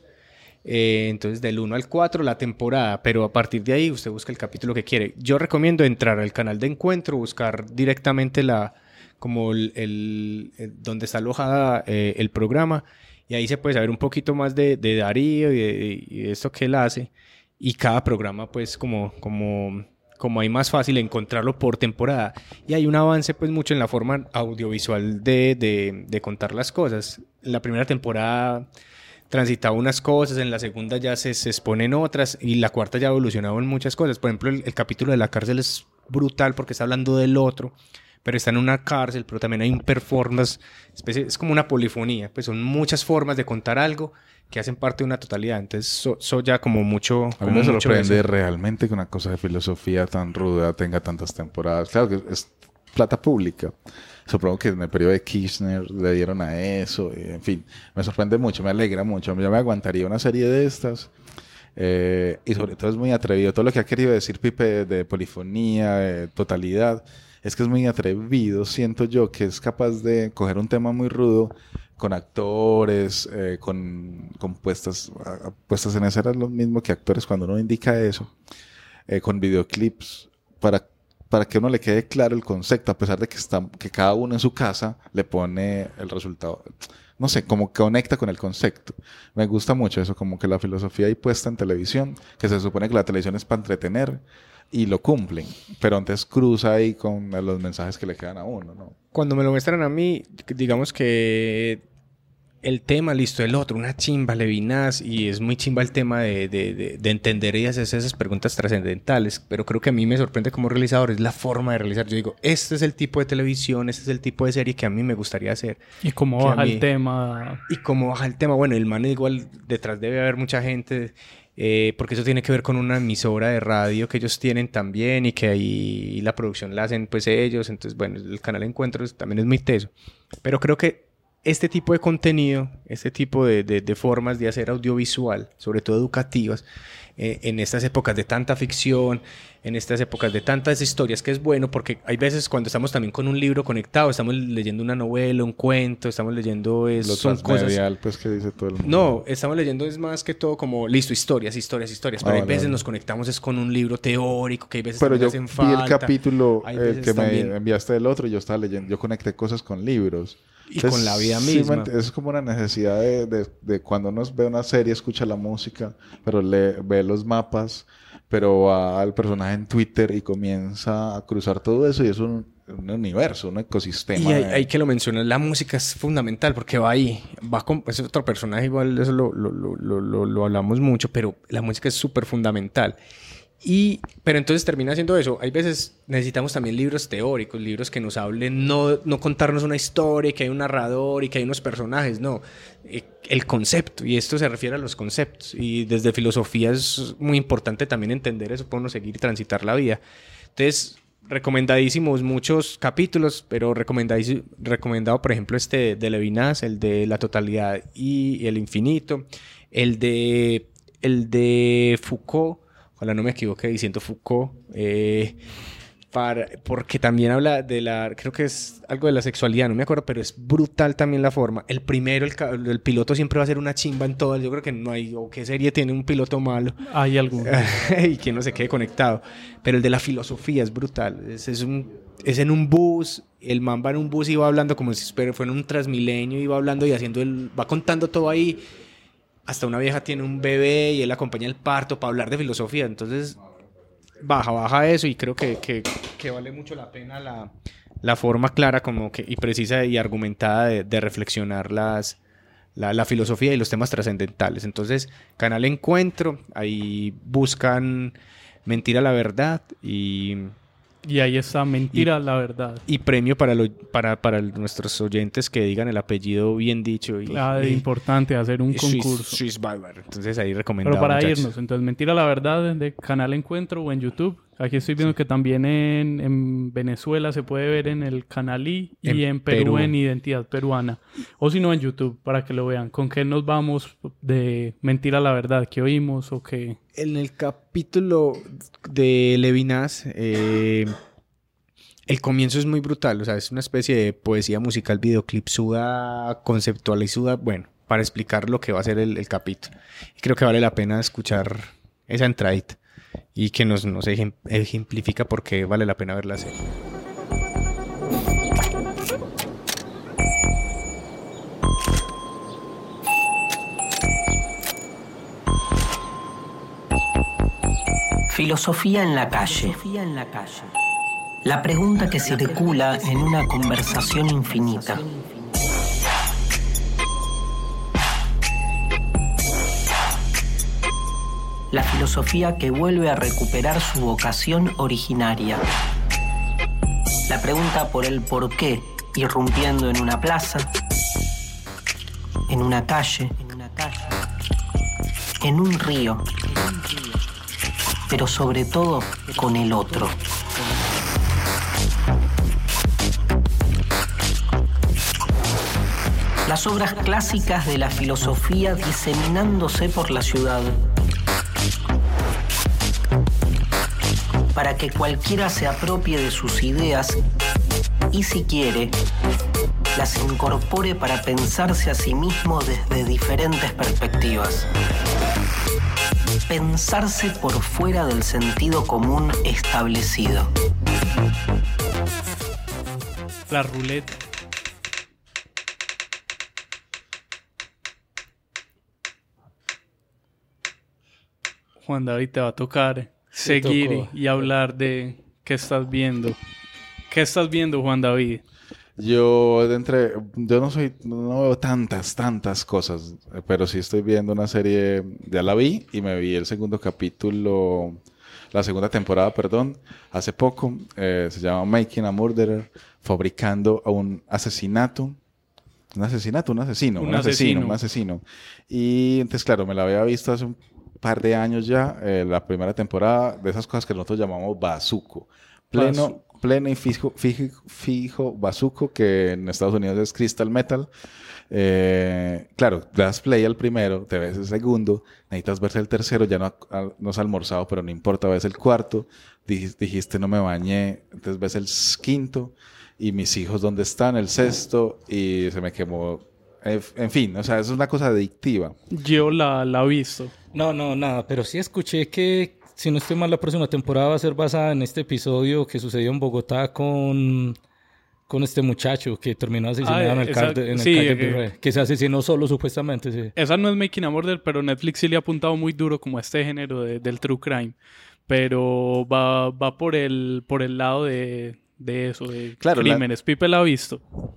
Eh, entonces del uno al cuatro la temporada, pero a partir de ahí usted busca el capítulo que quiere. Yo recomiendo entrar al canal de Encuentro, buscar directamente la como el, el, el donde está alojada eh, el programa, y ahí se puede saber un poquito más de, de Darío y de, y de esto que él hace, y cada programa pues como, como, como hay más fácil encontrarlo por temporada, y hay un avance pues mucho en la forma audiovisual de, de, de contar las cosas. En la primera temporada transitaba unas cosas, en la segunda ya se, se exponen otras y la cuarta ya ha evolucionado en muchas cosas. Por ejemplo, el, el capítulo de la cárcel es brutal porque está hablando del otro, pero está en una cárcel, pero también hay un performance, especie, es como una polifonía, pues son muchas formas de contar algo que hacen parte de una totalidad. Entonces, eso so, so ya como mucho... A mí me sorprende realmente que una cosa de filosofía tan ruda tenga tantas temporadas. Claro que es plata pública. Supongo que en el periodo de Kirchner le dieron a eso. Y, en fin, me sorprende mucho, me alegra mucho. Yo me aguantaría una serie de estas. Eh, y sobre todo es muy atrevido. Todo lo que ha querido decir Pipe de, de polifonía, de totalidad, es que es muy atrevido. Siento yo que es capaz de coger un tema muy rudo con actores, eh, con, con puestas, puestas en escena, lo mismo que actores cuando uno indica eso, eh, con videoclips, para para que a uno le quede claro el concepto, a pesar de que, está, que cada uno en su casa le pone el resultado. No sé, como conecta con el concepto. Me gusta mucho eso, como que la filosofía ahí puesta en televisión, que se supone que la televisión es para entretener, y lo cumplen, pero antes cruza ahí con los mensajes que le quedan a uno, ¿no? Cuando me lo muestran a mí, digamos que el tema, listo, el otro, una chimba, Levinas, y es muy chimba el tema de, de, de, de entender y hacer esas preguntas trascendentales, pero creo que a mí me sorprende como realizador, es la forma de realizar. Yo digo, este es el tipo de televisión, este es el tipo de serie que a mí me gustaría hacer. ¿Y cómo que baja mí, el tema? Y cómo baja el tema. Bueno, el man igual, detrás debe haber mucha gente, eh, porque eso tiene que ver con una emisora de radio que ellos tienen también, y que ahí la producción la hacen pues ellos. Entonces, bueno, el canal Encuentros también es muy teso, pero creo que este tipo de contenido, este tipo de, de, de formas de hacer audiovisual, sobre todo educativas, eh, en estas épocas de tanta ficción, en estas épocas de tantas historias, que es bueno porque hay veces cuando estamos también con un libro conectado, estamos leyendo una novela, un cuento, estamos leyendo es, Lo son transmedial, cosas... pues, que dice todo el mundo. No, estamos leyendo es más que todo como, listo, historias, historias, historias, pero Ah, hay vale, veces vale. nos conectamos es con un libro teórico, que hay veces Pero yo también vi hacen falta. el capítulo Hay eh, veces que también- me enviaste del otro y yo estaba leyendo, yo conecté cosas con libros. Y con la vida sí, misma. me- es como una necesidad de, de, de cuando uno ve una serie, escucha la música, pero lee, ve los mapas, pero va al personaje en Twitter y comienza a cruzar todo eso y es un, un universo, un ecosistema. Y hay, de- hay que lo mencionar, la música es fundamental porque va ahí, va con es otro personaje, igual eso lo, lo, lo, lo, lo- lo hablamos mucho, pero la música es súper fundamental. Y, pero entonces termina haciendo eso. Hay veces necesitamos también libros teóricos, libros que nos hablen, no, no contarnos una historia, que hay un narrador y que hay unos personajes, no. Eh, el concepto, y esto se refiere a los conceptos. Y desde filosofía es muy importante también entender eso, para uno seguir y transitar la vida. Entonces, recomendadísimos muchos capítulos, pero recomendadísimo, recomendado, por ejemplo, este de Levinas, el de la totalidad y el infinito, el de, el de Foucault. Ojalá no me equivoque diciendo Foucault, eh, para, porque también habla de la, creo que es algo de la sexualidad, no me acuerdo, pero es brutal también la forma. El primero, el, el piloto siempre va a ser una chimba en todas, yo creo que no hay, o qué serie tiene un piloto malo. Hay algunos. Y que no se quede conectado. Pero el de la filosofía es brutal, es, es, un, es en un bus, el man va en un bus y va hablando como si fuera un Transmilenio, y va hablando y haciendo, el, va contando todo ahí. Hasta una vieja tiene un bebé y él acompaña el parto para hablar de filosofía. Entonces, baja, baja eso y creo que, que, que vale mucho la pena la, la forma clara como que, y precisa y argumentada de, de reflexionar las, la, la filosofía y los temas trascendentales. Entonces, Canal Encuentro, ahí buscan Mentira la Verdad y... Y ahí está, Mentira, la Verdad. Y premio para, lo, para, para nuestros oyentes que digan el apellido bien dicho. Y, Claro, y, importante hacer un Swiss, concurso. Swiss Barber. Entonces ahí recomendado. Pero para muchachos. irnos, entonces Mentira la Verdad de Canal Encuentro o en YouTube. Aquí estoy viendo que también en, en Venezuela se puede ver en el Canal I y En en Perú, Perú. en Identidad Peruana. O si no en YouTube, para que lo vean. ¿Con qué nos vamos de Mentira la Verdad? ¿Qué oímos o qué? En el capítulo de Levinas, eh, el comienzo es muy brutal. O sea, es una especie de poesía musical, videoclip, suda, conceptual y suda. Bueno, para explicar lo que va a ser el, el capítulo. Y creo que vale la pena escuchar esa entradita. Y que nos, nos ejem- ejemplifica por qué vale la pena ver la serie. Filosofía en la calle. La pregunta que circula en una conversación infinita. La filosofía que vuelve a recuperar su vocación originaria. La pregunta por el por qué, irrumpiendo en una plaza, en una calle, en un río, pero sobre todo con el otro. Las obras clásicas de la filosofía diseminándose por la ciudad, para que cualquiera se apropie de sus ideas y, si quiere, las incorpore para pensarse a sí mismo desde diferentes perspectivas. Pensarse por fuera del sentido común establecido. La ruleta. Juan David, te va a tocar seguir tocó. y hablar de qué estás viendo. ¿Qué estás viendo, Juan David? Yo de entre, yo no soy, no veo tantas, tantas cosas, eh, pero sí estoy viendo una serie, ya la vi y me vi el segundo capítulo, la segunda temporada, perdón, hace poco. Eh, se llama Making a Murderer, fabricando a un asesinato, un asesinato, un asesino, Un un, asesino, asesino. un asesino. Y entonces, claro, me la había visto hace un par de años ya, eh, la primera temporada de esas cosas que nosotros llamamos bazuco, pleno, Bazuco. pleno y fijo, fijo, fijo bazuco, que en Estados Unidos es Crystal Metal. Eh, claro, das play al primero, te ves el segundo, necesitas verse el tercero, ya no, no has almorzado, pero no importa, ves el cuarto, dijiste, dijiste no me bañé, entonces ves el quinto, y mis hijos dónde están, el sexto, y se me quemó. En fin, o sea, es una cosa adictiva. Yo la, la he visto. No, no, nada, pero sí escuché que, si no estoy mal, la próxima temporada va a ser basada en este episodio que sucedió en Bogotá con... con este muchacho que terminó asesinado ah, en el, esa, car- en sí, el que, Calle que se asesinó solo supuestamente, sí. Esa no es Making a Murder, pero Netflix sí le ha apuntado muy duro como a este género de, del true crime. Pero va, va por el por el lado de, de eso, de claro, crímenes. La... Pipe la ha visto.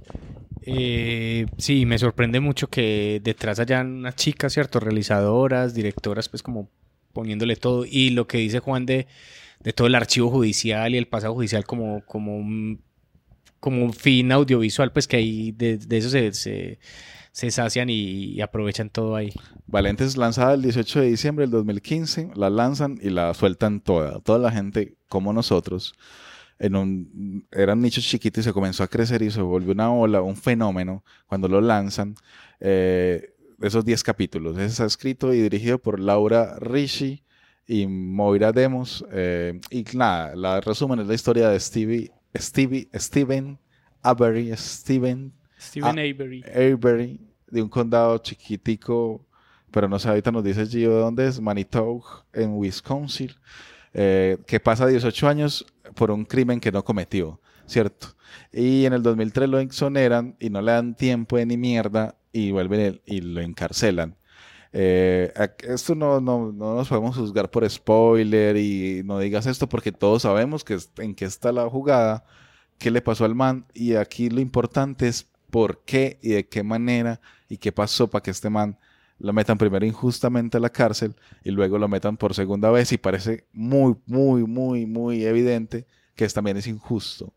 Eh, sí, me sorprende mucho que detrás hayan unas chicas, ¿cierto? Realizadoras, directoras, pues como poniéndole todo. Y lo que dice Juan de, de todo el archivo judicial y el pasado judicial como, como, un, como un fin audiovisual, pues que ahí de, de eso se, se, se sacian y, y aprovechan todo ahí. Valentes lanzada el dieciocho de diciembre del dos mil quince, la lanzan y la sueltan toda. Toda la gente, como nosotros, en un, eran nichos chiquitos y se comenzó a crecer y se volvió una ola, un fenómeno cuando lo lanzan. Eh, esos diez capítulos. Está escrito y dirigido por Laura Ricci y Moira Demos. Eh, y nada, la resumen es la historia de Stevie, Stevie, Steven Avery, Steven, Steven A- Avery. Avery, de un condado chiquitico, pero no sé, ahorita nos dice Gio de dónde es, Manitowoc, en Wisconsin. Eh, que pasa dieciocho años por un crimen que no cometió, ¿cierto? Y en el dos mil tres lo exoneran y no le dan tiempo de ni mierda y vuelven y lo encarcelan. Eh, esto no, no, no nos podemos juzgar por spoiler y no digas esto porque todos sabemos que en qué está la jugada, qué le pasó al man, y aquí lo importante es por qué y de qué manera y qué pasó para que este man lo metan primero injustamente a la cárcel y luego lo metan por segunda vez, y parece muy, muy, muy, muy evidente que también es injusto.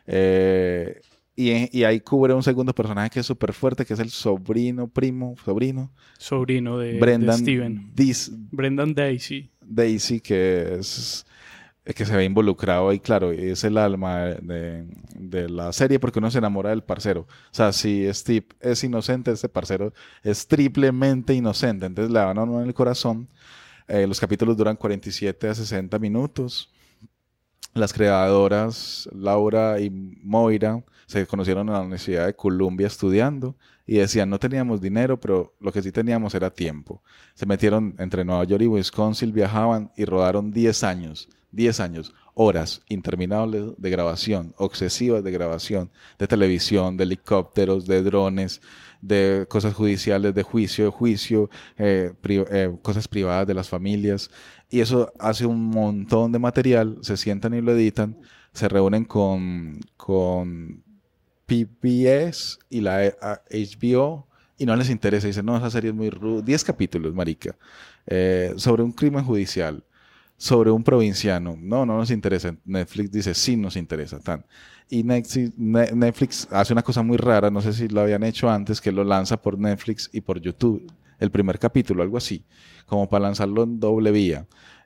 Eh, y, y ahí cubre un segundo personaje que es súper fuerte, que es el sobrino, primo, sobrino. Sobrino de, Brendan de Steven. Dis, Brendan Daisy. Daisy, que es... que se ve involucrado y claro, es el alma de, de la serie porque uno se enamora del parcero. O sea, si Steve es inocente, este parcero es triplemente inocente, entonces le dan a uno en el corazón. Eh, los capítulos duran cuarenta y siete a sesenta minutos. Las creadoras Laura y Moira se conocieron en la Universidad de Columbia estudiando y decían, no teníamos dinero, pero lo que sí teníamos era tiempo. Se metieron entre Nueva York y Wisconsin, viajaban y rodaron diez años. diez años, horas interminables de grabación, obsesivas de grabación, de televisión, de helicópteros, de drones, de cosas judiciales, de juicio, de juicio, eh, pri- eh, cosas privadas de las familias. Y eso hace un montón de material, se sientan y lo editan, se reúnen con, con P B S y la eh, H B O y no les interesa. Dicen, no, esa serie es muy ruda. diez capítulos, marica, eh, sobre un crimen judicial, sobre un provinciano. No, no nos interesa. Netflix dice, sí nos interesa. Tan. Y Netflix, Netflix hace una cosa muy rara, no sé si lo habían hecho antes, que lo lanza por Netflix y por YouTube, el primer capítulo, algo así, como para lanzarlo en doble vía.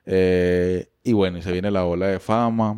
Eh, y bueno, y se viene la ola de fama.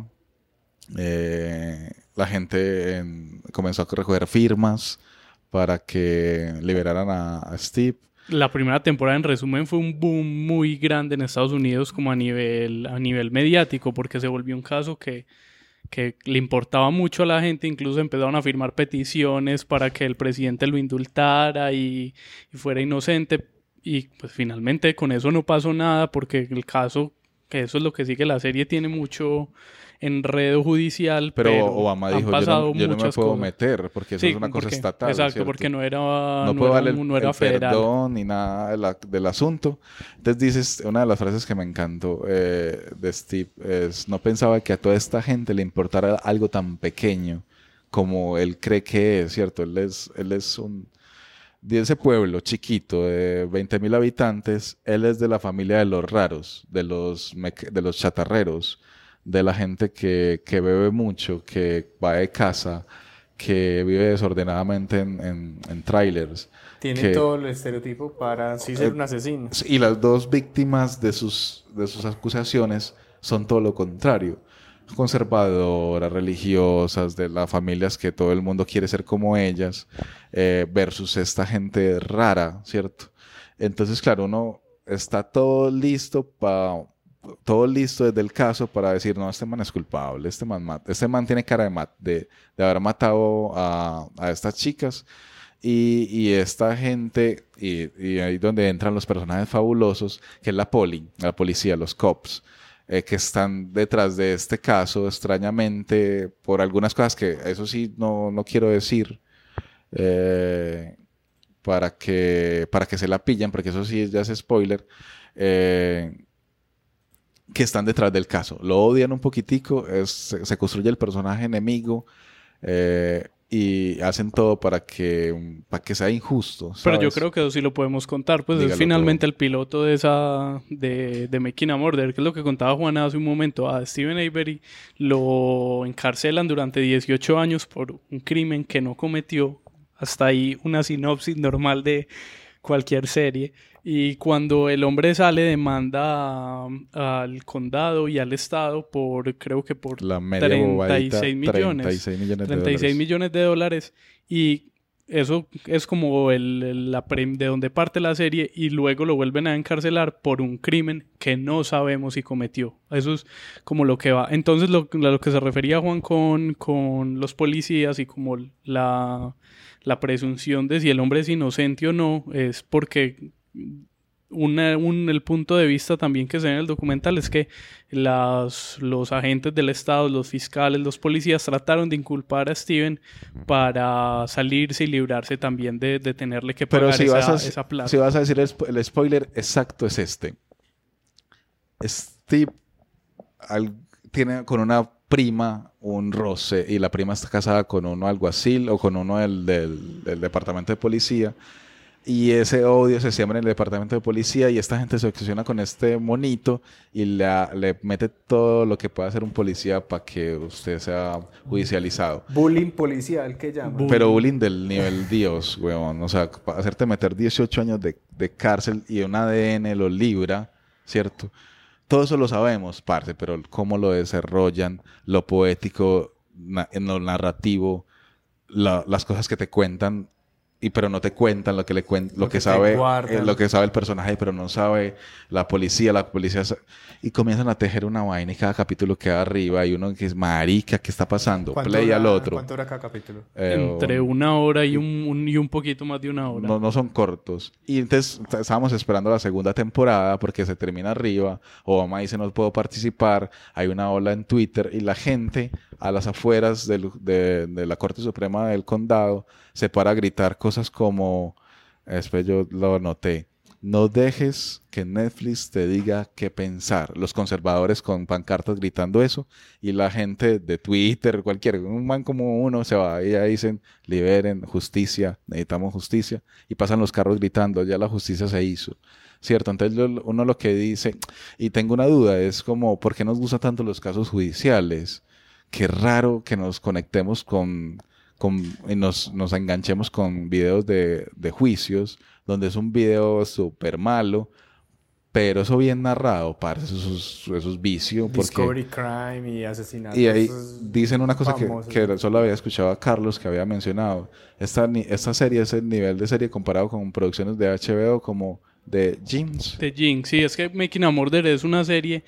Eh, la gente en, comenzó a recoger firmas para que liberaran a, a Steve. La primera temporada, en resumen, fue un boom muy grande en Estados Unidos como a nivel, a nivel mediático, porque se volvió un caso que, que le importaba mucho a la gente. Incluso empezaron a firmar peticiones para que el presidente lo indultara y, y fuera inocente. Y pues finalmente con eso no pasó nada, porque el caso, que eso es lo que sigue la serie, tiene mucho enredo judicial, pero, pero Obama dijo, yo no, yo no me puedo cosas. meter porque eso sí, es una cosa porque, estatal. Exacto, ¿cierto? porque no era no, no puedo era, darle el, no era el federal. perdón ni nada de la, del asunto. Entonces dices, una de las frases que me encantó eh, de Steve es, no pensaba que a toda esta gente le importara algo tan pequeño como él cree que es, ¿cierto? Él es, él es un... de ese pueblo chiquito de veinte mil habitantes, él es de la familia de los raros, de los, de los chatarreros, de la gente que, que bebe mucho, que va de casa, que vive desordenadamente en, en, en trailers. Tiene que, todo el estereotipo para sí ser eh, un asesino. Y las dos víctimas de sus, de sus acusaciones son todo lo contrario. conservadoras, religiosas, de las familias que todo el mundo quiere ser como ellas, eh, versus esta gente rara, ¿cierto? Entonces, claro, uno está todo listo para... todo listo desde el caso para decir, no, este man es culpable, este man, mat este man tiene cara de, mat de, de haber matado a, a estas chicas, y, y esta gente, y, y ahí donde entran los personajes fabulosos, que es la poli, la policía, los cops, eh, que están detrás de este caso, extrañamente, por algunas cosas que, eso sí, no, no quiero decir, eh, para, que, para que se la pillen, porque eso sí ya es spoiler, eh, que están detrás del caso. Lo odian un poquitico, es, se, se construye el personaje enemigo, eh, y hacen todo para que, para que sea injusto, ¿sabes? Pero yo creo que eso sí lo podemos contar, pues Dígalo es finalmente todo. El piloto de esa de, de Making a Murderer, que es lo que contaba Juan hace un momento. A Steven Avery lo encarcelan durante dieciocho años por un crimen que no cometió. Hasta ahí una sinopsis normal de cualquier serie. Y cuando el hombre sale, demanda a- al condado y al estado por, creo que por La media treinta y bobadita, seis millones. treinta y seis millones de treinta y seis dólares. millones de dólares. Y eso es como el, el- la pre- de donde parte la serie, y luego lo vuelven a encarcelar por un crimen que no sabemos si cometió. Eso es como lo que va. Entonces, lo, a lo que se refería Juan con, con los policías y como la, la presunción de si el hombre es inocente o no, es porque una- un, el punto de vista también que se ve en el documental es que las, los agentes del Estado, los fiscales, los policías trataron de inculpar a Steven para salirse y librarse también de, de tenerle que pagar Pero si esa, vas, a, esa plata. si vas a decir el, spo- el spoiler exacto es este. Steve al- tiene con una prima un roce, y la prima está casada con uno alguacil o con uno del, del, del departamento de policía, y ese odio se siembra en el departamento de policía, y esta gente se obsesiona con este monito y la- le mete todo lo que puede hacer un policía para que usted sea judicializado. Bullying policial que llaman. Pero bullying del nivel Dios, weón. O sea, para hacerte meter dieciocho años de, de cárcel y un A D N lo libra, ¿cierto? Todo eso lo sabemos, parce, pero cómo lo desarrollan, lo poético, na- en lo narrativo, la- las cosas que te cuentan, y pero no te cuentan lo que le cuen- lo, Lo que, que te sabe, guardan. eh, lo que sabe el personaje, pero no sabe la policía, la policía sa- y comienzan a tejer una vaina, y cada capítulo queda arriba, y uno que es marica, ¿qué está pasando? ¿Cuánto Play dura- al otro. ¿Cuánto dura cada capítulo? Eh, Entre una hora y un, un- y un poquito más de una hora. no, no son cortos. Y entonces t- estábamos esperando la segunda temporada porque se termina arriba. Obama dice no puedo participar. Hay una ola en Twitter, y la gente a las afueras del- de, de la Corte Suprema del Condado se para a gritar cosas como, después yo lo anoté, no dejes que Netflix te diga qué pensar. Los conservadores con pancartas gritando eso, y la gente de Twitter, cualquier, un man como uno se va y ahí dicen, liberen justicia, necesitamos justicia, y pasan los carros gritando, ya la justicia se hizo, ¿cierto? Entonces lo- uno lo que dice, y tengo una duda, es como, ¿por qué nos gustan tanto los casos judiciales? Qué raro que nos conectemos con, con y nos, nos enganchemos con videos de, de juicios, donde es un video súper malo, pero eso bien narrado, parce, eso es, eso es vicio. Porque, Discovery Crime y asesinatos. y ahí esos dicen una cosa que, famosos. que solo había escuchado a Carlos, que había mencionado. Esta, ni- esta serie es el nivel de serie comparado con producciones de H B O como de Jinx. De Jinx, sí, es que Making a Murderer es una serie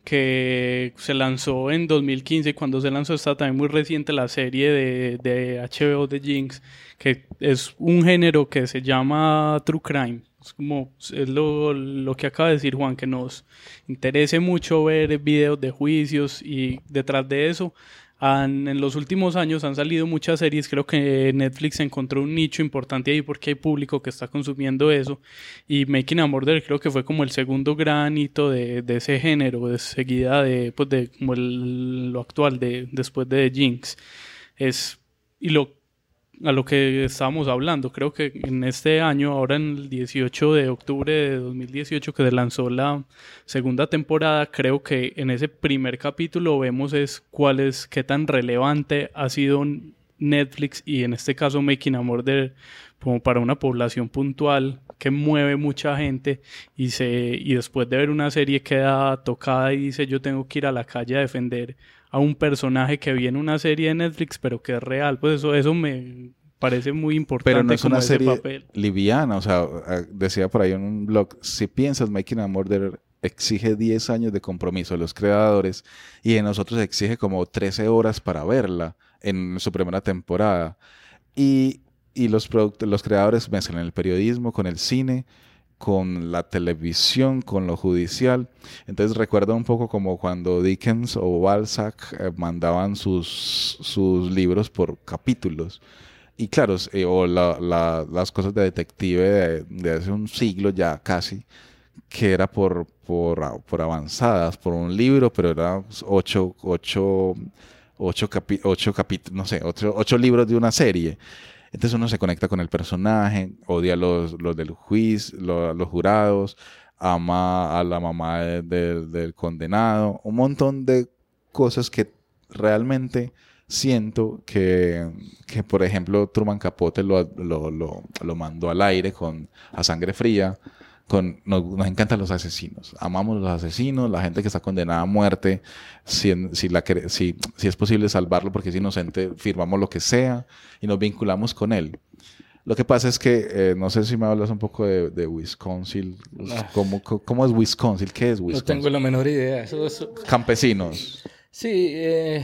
que se lanzó en dos mil quince. Cuando se lanzó está también muy reciente la serie de, de H B O de Jinx, que es un género que se llama True Crime. Es como es lo, lo que acaba de decir Juan, que nos interese mucho ver videos de juicios, y detrás de eso han, en los últimos años han salido muchas series. Creo que Netflix encontró un nicho importante ahí porque hay público que está consumiendo eso, y Making a Murderer creo que fue como el segundo gran hito de, de ese género, de seguida de, pues de como el- lo actual de, después de Jinx. Es, y lo a lo que estábamos hablando, creo que en este año, ahora en el dieciocho de octubre de dos mil dieciocho, que se lanzó la segunda temporada, creo que en ese primer capítulo vemos es cuál es, qué tan relevante ha sido Netflix, y en este caso Making a Murderer, como para una población puntual que mueve mucha gente, y se y después de ver una serie queda tocada y dice yo tengo que ir a la calle a defender a un personaje que vi en una serie de Netflix, pero que es real. Pues eso, eso me parece muy importante. Pero no es como una ese serie papel. liviana. O sea, decía por ahí en un blog, si piensas Making a Murderer exige diez años de compromiso de los creadores y de nosotros exige como trece horas para verla en su primera temporada. Y, y los, product- los creadores mezclan el periodismo con el cine, con la televisión, con lo judicial. Entonces recuerda un poco como cuando Dickens o Balzac eh, mandaban sus, sus libros por capítulos. Y claro, eh, o la, la, las cosas de detective de, de hace un siglo ya casi, que era por, por, por avanzadas, por un libro, pero era ocho, ocho, ocho, capi, ocho capítulos, no sé, ocho, ocho libros de una serie. Entonces uno se conecta con el personaje, odia a los, los del juicio, los, los jurados, ama a la mamá de, de, del condenado, un montón de cosas que realmente siento que, que por ejemplo, Truman Capote lo, lo, lo, lo mandó al aire con A Sangre Fría. Con, nos, nos encantan los asesinos, amamos los asesinos, la gente que está condenada a muerte, si, si, la, si, si es posible salvarlo porque es inocente, firmamos lo que sea y nos vinculamos con él. Lo que pasa es que, eh, no sé si me hablas un poco de, de Wisconsin, ¿Cómo, ¿cómo es Wisconsin? ¿Qué es Wisconsin? No tengo la menor idea. Eso, eso... Campesinos. Sí, eh,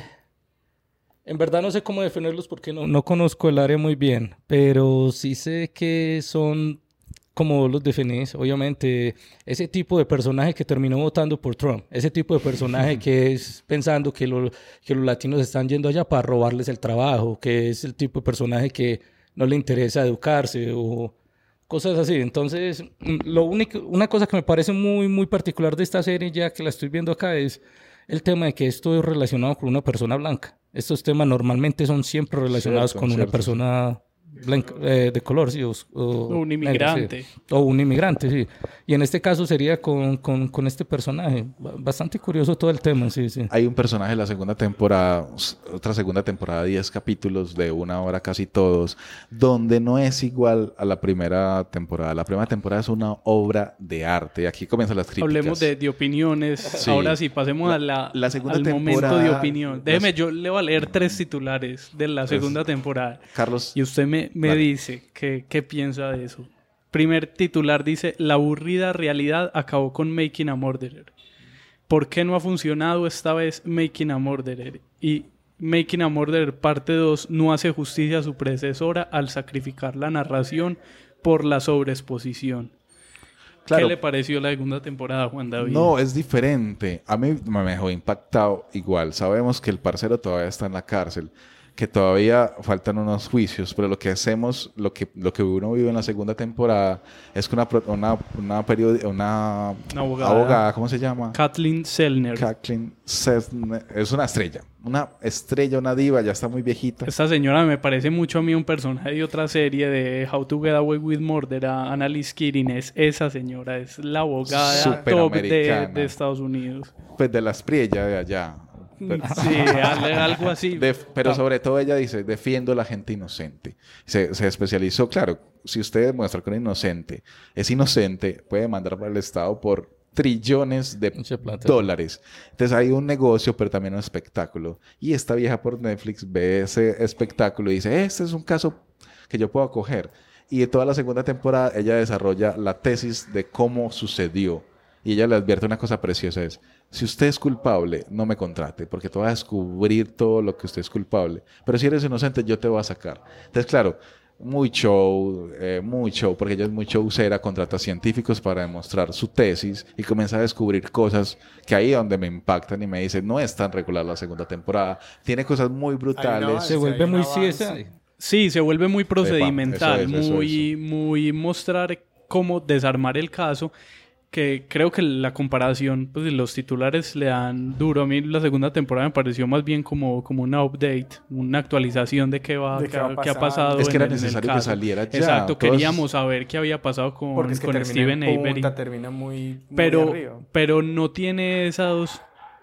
en verdad no sé cómo definirlos porque no, no conozco el área muy bien, pero sí sé que son... como vos los definís, obviamente, ese tipo de personaje que terminó votando por Trump, ese tipo de personaje que es pensando que, lo, que los latinos están yendo allá para robarles el trabajo, que es el tipo de personaje que no le interesa educarse o cosas así. Entonces, lo único, una cosa que me parece muy, muy particular de esta serie, ya que la estoy viendo acá, es el tema de que esto es relacionado con una persona blanca. Estos temas normalmente son siempre relacionados Cierto, con cierto, una persona... Blanco, eh, de color, sí, o, o un inmigrante. negro, sí. O un inmigrante, sí. Y en este caso sería con, con, con este personaje. Bastante curioso todo el tema, sí, sí. Hay un personaje en la segunda temporada, otra segunda temporada, diez capítulos de una hora casi todos, donde no es igual a la primera temporada. La primera temporada es una obra de arte. Y aquí comienzan las críticas. Hablemos de, de opiniones. Sí. Ahora sí, pasemos la, a la, la segunda al temporada, momento de opinión. Déjeme, las... yo le voy a leer tres titulares de la segunda pues, temporada. Carlos. Y usted me, me vale. dice qué, qué piensa de eso. Primer titular dice: la aburrida realidad acabó con Making a Murderer. ¿Por qué no ha funcionado esta vez Making a Murderer? Y Making a Murderer parte dos no hace justicia a su predecesora al sacrificar la narración por la sobreexposición. Claro. ¿Qué le pareció la segunda temporada, Juan David? No, es diferente. A mí me dejó impactado igual. Sabemos que el parcero todavía está en la cárcel, que todavía faltan unos juicios, pero lo que hacemos, lo que, lo que uno vive en la segunda temporada es que una, una, una, periodi- una, una abogada, abogada, ¿cómo se llama? Kathleen Zellner. Kathleen Zellner, es una estrella, una estrella, una diva, ya está muy viejita. Esta señora me parece mucho a mí un personaje de otra serie de How to Get Away with Murder, a Annalise Keating. Es esa señora, es la abogada top de, de Estados Unidos. Pues de la estrella de allá. Sí, algo así. De, pero sobre todo ella dice, defiendo a la gente inocente. Se, se especializó, claro, si usted demuestra que un inocente es inocente, puede mandar para el Estado por trillones de dólares. Entonces hay un negocio, pero también un espectáculo. Y esta vieja por Netflix ve ese espectáculo y dice, este es un caso que yo puedo coger. Y de toda la segunda temporada ella desarrolla la tesis de cómo sucedió. Y ella le advierte una cosa preciosa, es, si usted es culpable, no me contrate, porque te voy a descubrir todo lo que usted es culpable. Pero si eres inocente, yo te voy a sacar. Entonces, claro, muy show, eh, muy show, porque ella es muy showcera, contrata científicos para demostrar su tesis y comienza a descubrir cosas que ahí es donde me impactan y me dicen, no es tan regular la segunda temporada, tiene cosas muy brutales. No, se vuelve muy C S I. Sí, se vuelve muy procedimental, eso es, eso, muy, eso. muy mostrar cómo desarmar el caso. Que creo que la comparación, pues los titulares le dan duro. A mí la segunda temporada me pareció más bien como, como una update, una actualización de qué va, de qué, qué va qué ha pasado. Es que en, era necesario que saliera ya. Exacto, Todos... queríamos saber qué había pasado con, es que con Steven Avery. Termina muy, muy pero, arriba. pero no tiene esas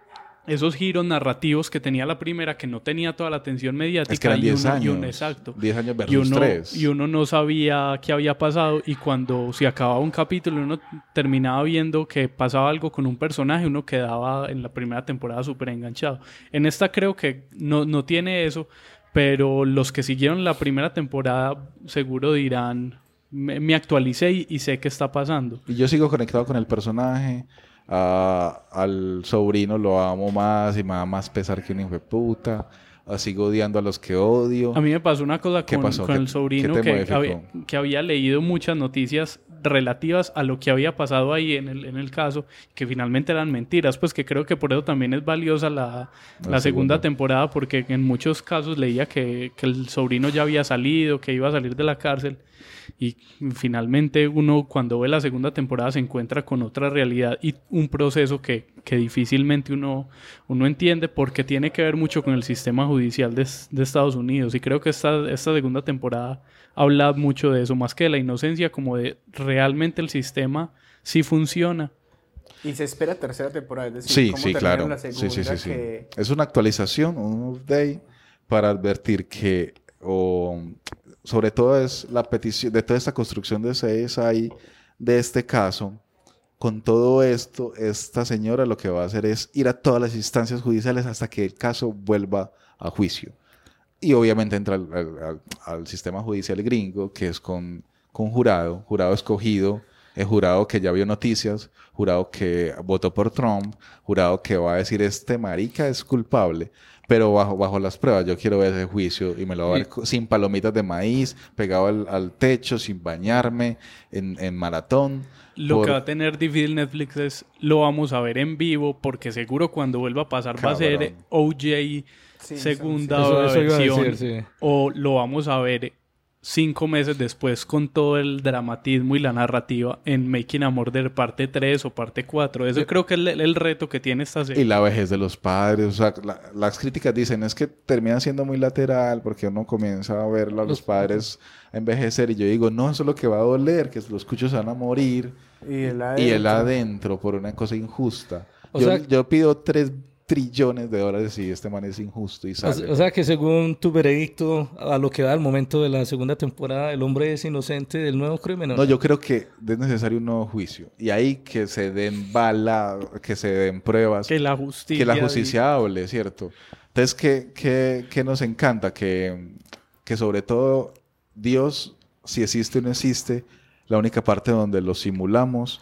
esos giros narrativos que tenía la primera, que no tenía toda la atención mediática. Es que eran y diez uno, años. Y uno, exacto. diez años Y versus uno, tres. y uno no sabía qué había pasado, y cuando se acababa un capítulo uno terminaba viendo que pasaba algo con un personaje, uno quedaba en la primera temporada súper enganchado. En esta creo que no, no tiene eso, pero los que siguieron la primera temporada seguro dirán, me, me actualicé y, y sé qué está pasando. Y yo sigo conectado con el personaje. Uh, al sobrino lo amo más y me da más pesar que un hijo de puta. Uh, sigo odiando a los que odio. A mí me pasó una cosa con, con ¿Qué, el sobrino que había, que había leído muchas noticias relativas a lo que había pasado ahí en el, en el caso, que finalmente eran mentiras, pues que creo que por eso también es valiosa la, la, la segunda, segunda temporada, porque en muchos casos leía que, que el sobrino ya había salido, que iba a salir de la cárcel, y finalmente uno cuando ve la segunda temporada se encuentra con otra realidad y un proceso que, que difícilmente uno, uno entiende, porque tiene que ver mucho con el sistema judicial de, de Estados Unidos, y creo que esta, esta segunda temporada habla mucho de eso, más que de la inocencia, como de realmente el sistema sí funciona. Y se espera tercera temporada, es decir, sí, ¿cómo sí, claro. La segunda, sí, sí, sí, que... sí. Es una actualización, un update para advertir que, o, sobre todo es la petición de toda esta construcción de C S I de este caso. Con todo esto, esta señora lo que va a hacer es ir a todas las instancias judiciales hasta que el caso vuelva a juicio. Y obviamente entra al, al, al sistema judicial gringo, que es con, con jurado, jurado escogido, el jurado que ya vio noticias, jurado que votó por Trump, jurado que va a decir este marica es culpable, pero bajo, bajo las pruebas. Yo quiero ver ese juicio y me lo voy a ver sí. sin palomitas de maíz, pegado al, al techo, sin bañarme, en, en maratón. Lo por... que va a tener difícil Netflix es, lo vamos a ver en vivo, porque seguro cuando vuelva a pasar Cabrón. va a ser O J sí, segunda eso, eso versión, decir, sí. o lo vamos a ver cinco meses después con todo el dramatismo y la narrativa en Making a Murderer parte tres o parte cuatro. Eso sí. creo que es el, el reto que tiene esta serie. Y la vejez de los padres. O sea, la, las críticas dicen es que termina siendo muy lateral porque uno comienza a ver a los, los padres envejecer, y yo digo, no, eso es lo que va a doler, que los cuchos se van a morir y el adentro, y el adentro por una cosa injusta. O yo, sea, yo pido tres trillones de dólares y este man es injusto y sale. O, o sea que según tu veredicto, a lo que va al momento de la segunda temporada, el hombre es inocente del nuevo crimen. No, no, yo creo que es necesario un nuevo juicio. Y ahí que se den bala, que se den pruebas. Que la justicia... Que la justicia y... hable, ¿cierto? Entonces, ¿qué, qué, qué nos encanta? Que, que sobre todo Dios, si existe o no existe, la única parte donde lo simulamos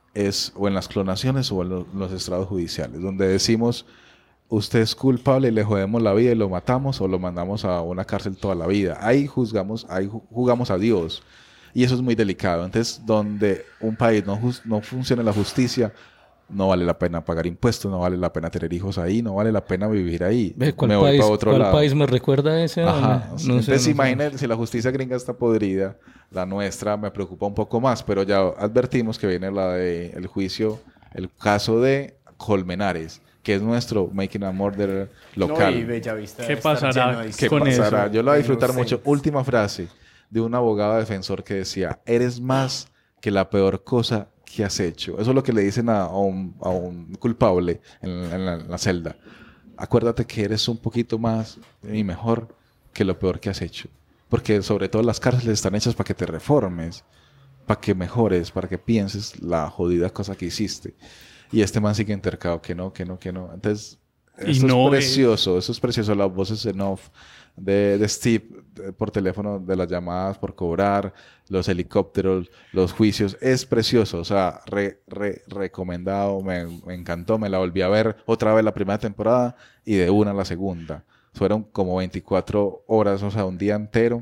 es o en las clonaciones o en los, los estrados judiciales, donde decimos, usted es culpable y le jodemos la vida y lo matamos o lo mandamos a una cárcel toda la vida. Ahí juzgamos, ahí jugamos a Dios. Y eso es muy delicado. Entonces, donde un país no, just, no funciona la justicia, no vale la pena pagar impuestos, no vale la pena tener hijos ahí, no vale la pena vivir ahí. ¿Cuál, me voy país, para otro ¿cuál lado. país me recuerda a ese? Ajá. No, no Entonces, sé, no imagínense, si la justicia gringa está podrida, la nuestra me preocupa un poco más, pero ya advertimos que viene la de el juicio, el caso de Colmenares, que es nuestro Making a Murderer local. No, y Bellavista ¿Qué pasará ¿Qué con pasará? eso? Yo lo voy a disfrutar mucho. Última frase de un abogado defensor que decía, eres más que la peor cosa que has hecho. Eso es lo que le dicen a, a, un, a un culpable en, en, la, en la celda. Acuérdate que eres un poquito más y mejor que lo peor que has hecho. Porque sobre todo las cárceles están hechas para que te reformes, para que mejores, para que pienses la jodida cosa que hiciste. Y este man sigue entercado, que no, que no, que no. Entonces, eso no es precioso, es... eso es precioso. Las voces en off de, de Steve de, por teléfono, de las llamadas por cobrar, los helicópteros, los juicios, es precioso. O sea, re, re, recomendado, me, me encantó, me la volví a ver otra vez la primera temporada y de una la segunda. Fueron como veinticuatro horas, o sea, un día entero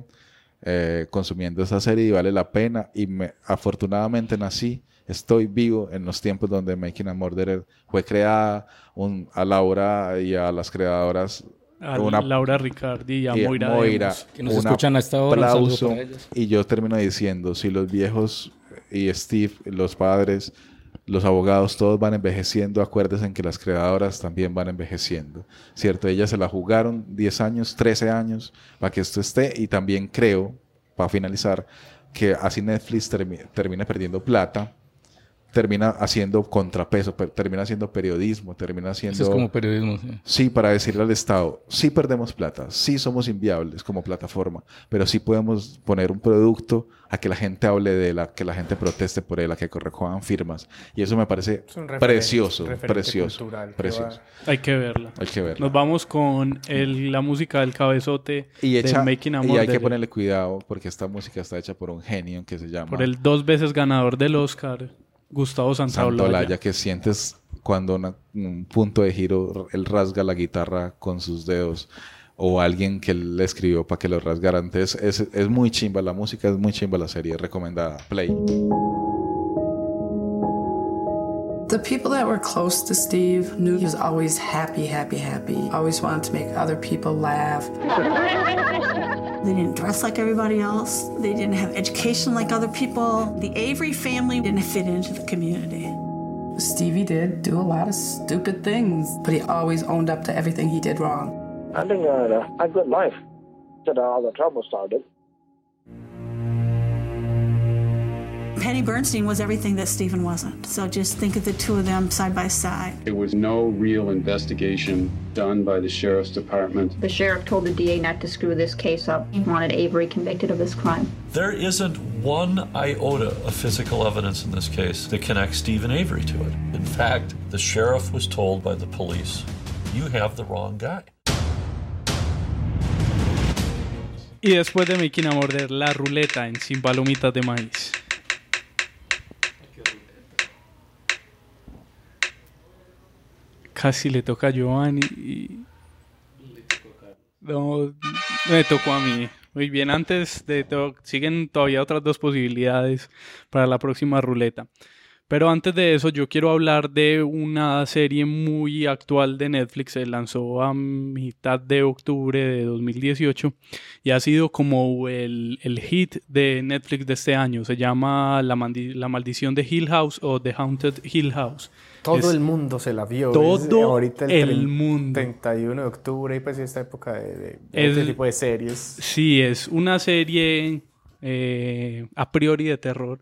eh, consumiendo esa serie y vale la pena. Y me, afortunadamente nací, estoy vivo en los tiempos donde Making a Murderer fue creada, un, a Laura y a las creadoras. A una, Laura Ricardi y a y Moira, Moira Demos, que nos escuchan hasta ahora. Aplauso, y yo termino diciendo, si los viejos y Steve, los padres, los abogados, todos van envejeciendo, acuérdense que las creadoras también van envejeciendo, ¿cierto? Ellas se la jugaron diez años, trece años para que esto esté, y también creo, para finalizar, que así Netflix termi- termine perdiendo plata, termina haciendo contrapeso, per- termina haciendo periodismo, termina haciendo... Eso es como periodismo, sí. Sí, para decirle al Estado, sí perdemos plata, sí somos inviables como plataforma, pero sí podemos poner un producto a que la gente hable de él, a que la gente proteste por él, a que recojan firmas. Y eso me parece Es un referente- precioso, referente precioso, cultural que precioso. Hay que verla. Hay que verla. Nos vamos con el- la música del cabezote Y, de hecha, Making a y hay que Murderer, ponerle cuidado porque esta música está hecha por un genio que se llama por el dos veces ganador del Oscar, Gustavo Santaolalla. Santaolalla, que sientes cuando una- un punto de giro, él rasga la guitarra con sus dedos, o alguien que le escribió para que lo rasgara. Entonces es, es muy chimba la música, es muy chimba la serie, recomendada. Play. The people that were close to Steve knew he was always happy, happy, happy. Always wanted to make other people laugh. They didn't dress like everybody else. They didn't have education like other people. The Avery family didn't fit into the community. Stevie did do a lot of stupid things, but he always owned up to everything he did wrong. I think I had a, a good life till all the trouble started. Penny Bernstein was everything that Stephen wasn't. So just think of the two of them side by side. There was no real investigation done by the sheriff's department. The sheriff told the D A not to screw this case up. He wanted Avery convicted of this crime. There isn't one iota of physical evidence in this case that connects Stephen Avery to it. In fact, the sheriff was told by the police, you have the wrong guy. Y después de Making a Murderer, la ruleta en Sin Palomitas de Maíz. Casi le toca a Giovanni y... No, me tocó a mí. Muy bien, antes de todo, siguen todavía otras dos posibilidades para la próxima ruleta. Pero antes de eso, yo quiero hablar de una serie muy actual de Netflix. Se lanzó a mitad de octubre de dos mil dieciocho y ha sido como el, el hit de Netflix de este año. Se llama La, Mandi- La Maldición de Hill House o The Haunted Hill House. Todo Es el mundo se la vio. todo Es ahorita el, el trein- mundo. treinta y uno de octubre y pues esta época de, de, de Es- este tipo de series. Sí, es una serie eh, a priori de terror.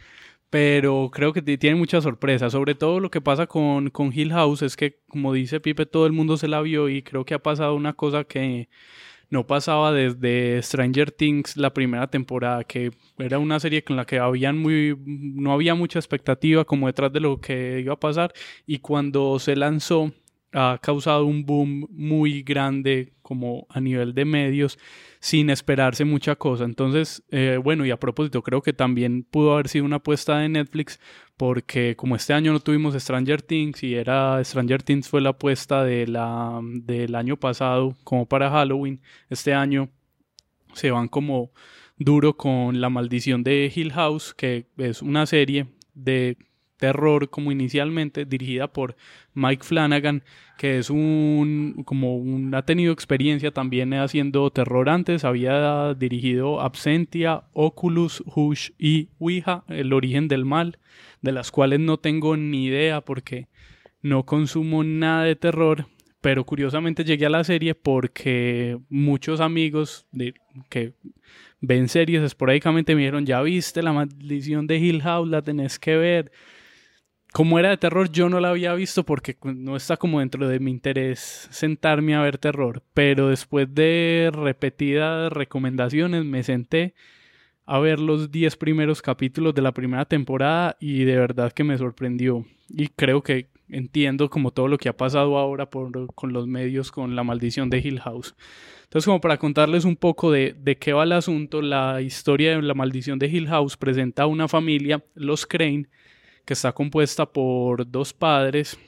Pero creo que t- tiene muchas sorpresas. Sobre todo lo que pasa con, con Hill House es que, como dice Pipe, todo el mundo se la vio y creo que ha pasado una cosa que no pasaba desde Stranger Things la primera temporada, que era una serie con la que habían muy, no había mucha expectativa como detrás de lo que iba a pasar, y cuando se lanzó ha causado un boom muy grande como a nivel de medios sin esperarse mucha cosa. Entonces, eh, bueno, y a propósito, creo que también pudo haber sido una apuesta de Netflix, porque como este año no tuvimos Stranger Things y era Stranger Things fue la apuesta de la, del año pasado como para Halloween, este año se van como duro con La Maldición de Hill House, que es una serie de terror como inicialmente dirigida por Mike Flanagan, que es un como un ha tenido experiencia también haciendo terror antes. Había dirigido Absentia, Oculus, Hush y Ouija, El Origen del Mal, de las cuales no tengo ni idea porque no consumo nada de terror, pero curiosamente llegué a la serie porque muchos amigos de, que ven series esporádicamente me dijeron, ya viste La Maldición de Hill House, la tenés que ver. Como era de terror, yo no la había visto porque no está como dentro de mi interés sentarme a ver terror. Pero después de repetidas recomendaciones me senté a ver los diez primeros capítulos de la primera temporada y de verdad que me sorprendió. Y creo que entiendo como todo lo que ha pasado ahora por, con los medios con La Maldición de Hill House. Entonces, como para contarles un poco de, de qué va el asunto, la historia de La Maldición de Hill House presenta a una familia, los Crane, que está compuesta por dos padres,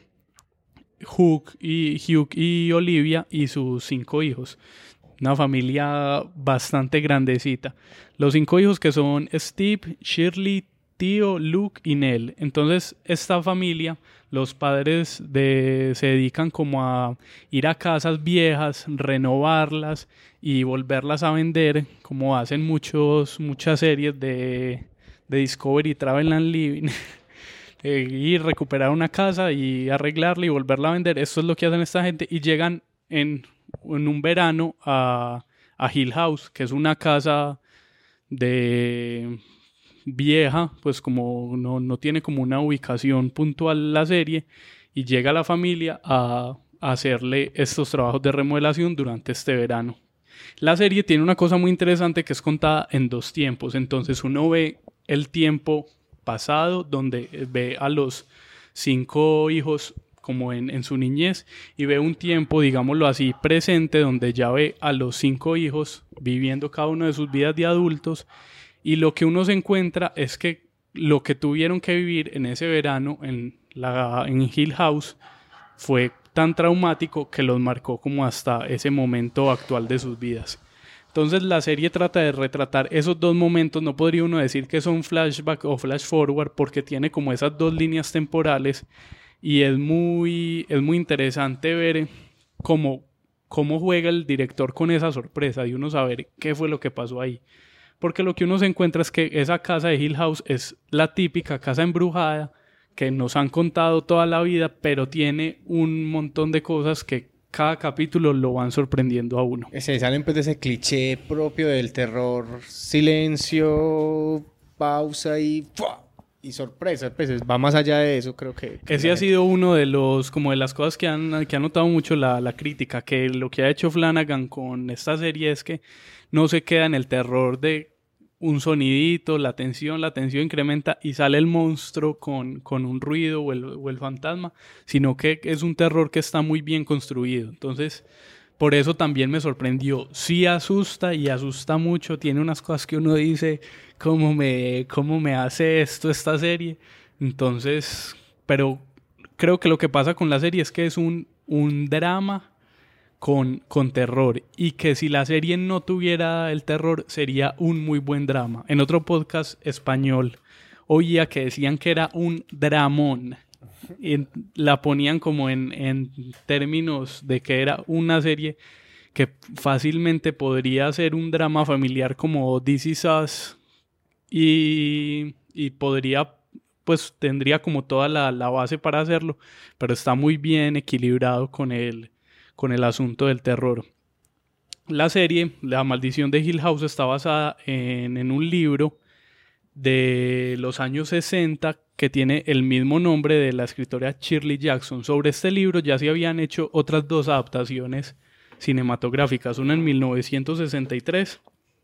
Hugh y, Hugh y Olivia, y sus cinco hijos. Una familia bastante grandecita. Los cinco hijos que son Steve, Shirley, Tío, Luke y Nell. Entonces, esta familia, los padres de, se dedican como a ir a casas viejas, renovarlas y volverlas a vender, como hacen muchos, muchas series de, de Discovery Travel and Living. Eh, y recuperar una casa y arreglarla y volverla a vender. Esto es lo que hacen esta gente y llegan en, en un verano a, a Hill House, que es una casa de vieja, pues como no, no tiene como una ubicación puntual la serie, y llega la familia a, a hacerle estos trabajos de remodelación durante este verano. La serie tiene una cosa muy interesante que es contada en dos tiempos. Entonces uno ve el tiempo pasado, donde ve a los cinco hijos como en, en su niñez, y ve un tiempo, digámoslo así, presente, donde ya ve a los cinco hijos viviendo cada uno de sus vidas de adultos, y lo que uno se encuentra es que lo que tuvieron que vivir en ese verano en, la, en Hill House fue tan traumático que los marcó como hasta ese momento actual de sus vidas. Entonces la serie trata de retratar esos dos momentos. No podría uno decir que son flashback o flash forward, porque tiene como esas dos líneas temporales, y es muy, es muy interesante ver cómo, cómo juega el director con esa sorpresa de uno saber qué fue lo que pasó ahí. Porque lo que uno se encuentra es que esa casa de Hill House es la típica casa embrujada que nos han contado toda la vida, pero tiene un montón de cosas que cada capítulo lo van sorprendiendo a uno. Se salen pues de ese cliché propio del terror: silencio, pausa y ¡fua! Y sorpresa. Pues va más allá de eso, creo que... que Ese ha sido uno de los, como de las cosas que han, que ha notado mucho la, la crítica, que lo que ha hecho Flanagan con esta serie es que no se queda en el terror de un sonidito, la tensión, la tensión incrementa y sale el monstruo con, con un ruido o el, o el fantasma, sino que es un terror que está muy bien construido. Entonces, por eso también me sorprendió. Sí asusta y asusta mucho, tiene unas cosas que uno dice, ¿cómo me, cómo me hace esto esta serie? Entonces, pero creo que lo que pasa con la serie es que es un, un drama Con, con terror, y que si la serie no tuviera el terror sería un muy buen drama. En otro podcast español oía que decían que era un dramón, y la ponían como en, en términos de que era una serie que fácilmente podría ser un drama familiar como This Is Us, y, y podría, pues tendría como toda la, la base para hacerlo, pero está muy bien equilibrado con el con el asunto del terror. La serie, La Maldición de Hill House, está basada en, en un libro de los años sesenta que tiene el mismo nombre de la escritora Shirley Jackson. Sobre este libro ya se habían hecho otras dos adaptaciones cinematográficas, una en mil novecientos sesenta y tres,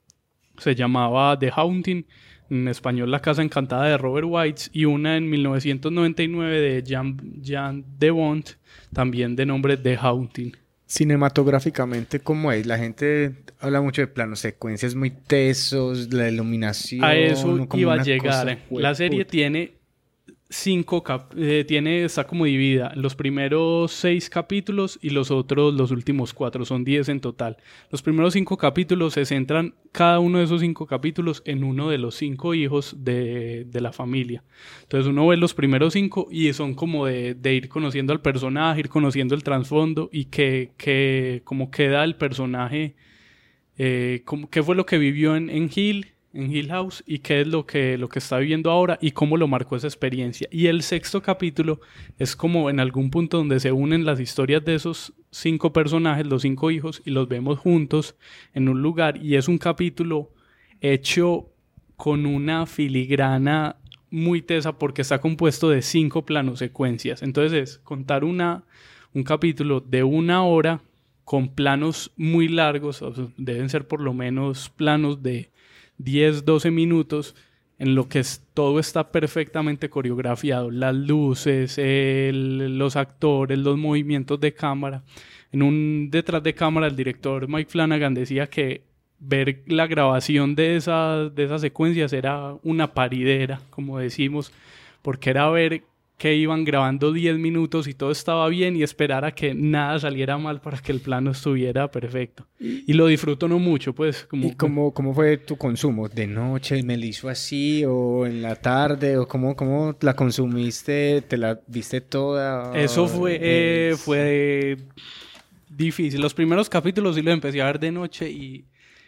se llamaba The Haunting, en español La Casa Encantada, de Robert Wise, y una en mil novecientos noventa y nueve de Jan, Jan de Bont, también de nombre The Haunting. Cinematográficamente, ¿cómo es? La gente habla mucho de planos secuencias muy tesos, la iluminación. A eso como iba a una llegar. cosa, La serie puta. tiene cinco cap eh, tiene está como dividida. Los primeros seis capítulos y los otros, los últimos cuatro, son diez en total. Los primeros cinco capítulos se centran, cada uno de esos cinco capítulos, en uno de los cinco hijos de, de la familia. Entonces uno ve los primeros cinco y son como de, de ir conociendo al personaje, ir conociendo el trasfondo, y que, que como queda el personaje, eh, como, qué fue lo que vivió en, en Hill en Hill House, y qué es lo que, lo que está viviendo ahora y cómo lo marcó esa experiencia. Y el sexto capítulo es como en algún punto donde se unen las historias de esos cinco personajes, los cinco hijos, y los vemos juntos en un lugar, y es un capítulo hecho con una filigrana muy tesa porque está compuesto de cinco planos secuencias. Entonces es contar una, un capítulo de una hora con planos muy largos, o sea, deben ser por lo menos planos de diez, doce minutos, en lo que es, todo está perfectamente coreografiado, las luces, el, los actores, los movimientos de cámara. En un detrás de cámara, el director Mike Flanagan decía que ver la grabación de esas, de esas secuencias era una paridera, como decimos, porque era ver que iban grabando diez minutos y todo estaba bien, y esperar a que nada saliera mal para que el plano estuviera perfecto. Y lo disfruto no mucho, pues. Como... ¿Y cómo, cómo fue tu consumo? ¿De noche me la hizo así, o en la tarde, o cómo, cómo la consumiste? ¿Te la viste toda? Eso fue, eh, fue difícil. Los primeros capítulos sí los empecé a ver de noche, y,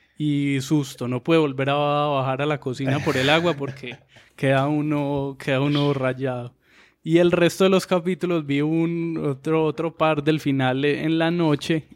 y susto. No pude volver a bajar a la cocina por el agua porque queda uno, queda uno rayado. Y el resto de los capítulos vi un otro, otro par del final en la noche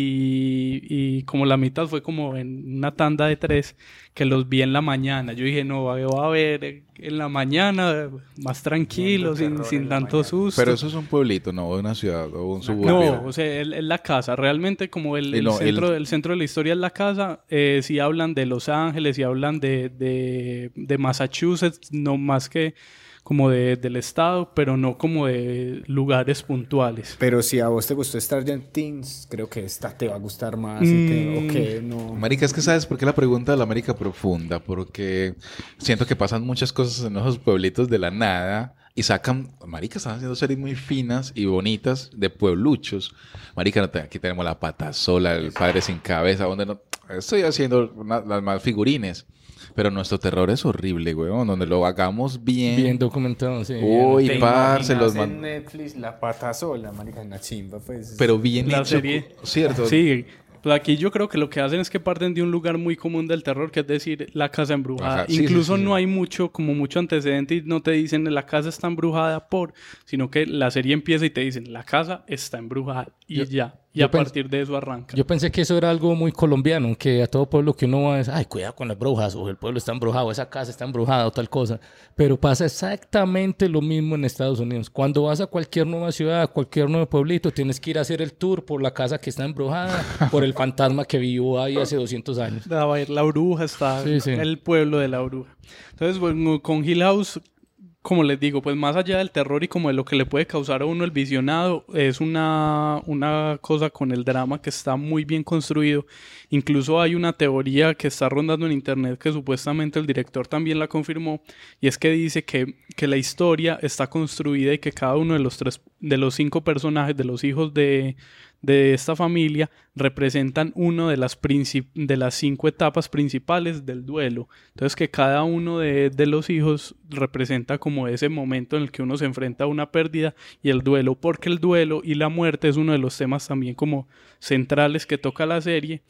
y, y como la mitad fue como en una tanda de tres que los vi en la mañana. Yo dije, no, voy a ver en la mañana más tranquilo, sin, sin tanto susto. Pero eso es un pueblito, no una ciudad o un suburbio. No, o sea, es la casa. Realmente como el, el, no, centro, el... el centro de la historia es la casa. Eh, si hablan de Los Ángeles, si hablan de, de, de Massachusetts, no más que... como de, del estado, pero no como de lugares puntuales. Pero si a vos te gustó Stranger Things, creo que esta te va a gustar más. Mm. Y te, okay, no. Marica, es que ¿sabes por qué la pregunta de la América profunda? Porque siento que pasan muchas cosas en esos pueblitos de la nada y sacan... Marica, están haciendo series muy finas y bonitas de puebluchos. Marica, no te, aquí tenemos La Pata Sola, El Padre Sin Cabeza, donde no... Estoy haciendo una, las más figurines. Pero nuestro terror es horrible, weón. Donde lo hagamos bien. Bien documentado, sí. Uy, parce, los man... en Netflix La Pata Sola, marica, una chimba, pues. Pero bien la hecho, serie. ¿cierto? Sí. Pues aquí yo creo que lo que hacen es que parten de un lugar muy común del terror, que es decir, la casa embrujada. Ajá, sí, Incluso sí, sí, no sí. hay mucho, como mucho antecedente y no te dicen la casa está embrujada por, sino que la serie empieza y te dicen la casa está embrujada y yo, ya. Y a partir de eso arranca. Yo pensé que eso era algo muy colombiano, que a todo pueblo que uno va es, ay, cuidado con las brujas, o el pueblo está embrujado, esa casa está embrujada o tal cosa. Pero pasa exactamente lo mismo en Estados Unidos. Cuando vas a cualquier nueva ciudad, a cualquier nuevo pueblito, tienes que ir a hacer el tour por la casa que está embrujada, por el fantasma que vivió ahí hace doscientos años. La, la bruja está, sí, sí. el pueblo de la bruja. Entonces, bueno, con Hill House... Como les digo, pues más allá del terror y como de lo que le puede causar a uno el visionado, es una, una cosa con el drama que está muy bien construido. Incluso hay una teoría que está rondando en internet que supuestamente el director también la confirmó, y es que dice que, que la historia está construida y que cada uno de los tres, de los cinco personajes, de los hijos de, de esta familia, representan una de las, princip- de las cinco etapas principales del duelo. Entonces que cada uno de, de los hijos representa como ese momento en el que uno se enfrenta a una pérdida y el duelo, porque el duelo y la muerte es uno de los temas también como centrales que toca la serie.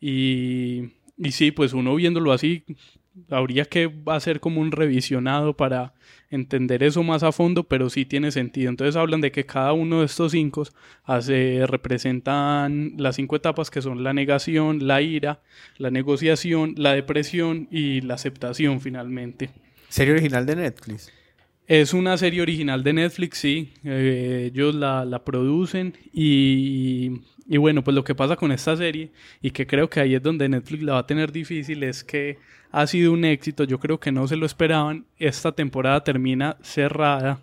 Y, y sí, pues uno viéndolo así, habría que hacer como un revisionado para entender eso más a fondo, pero sí tiene sentido. Entonces hablan de que cada uno de estos cinco hace, representan las cinco etapas que son la negación, la ira, la negociación, la depresión y la aceptación finalmente. ¿Serie original de Netflix? Es una serie original de Netflix, sí. Eh, ellos la, la producen y... Y bueno, pues lo que pasa con esta serie, y que creo que ahí es donde Netflix la va a tener difícil, es que ha sido un éxito. Yo creo que no se lo esperaban. Esta temporada termina cerrada.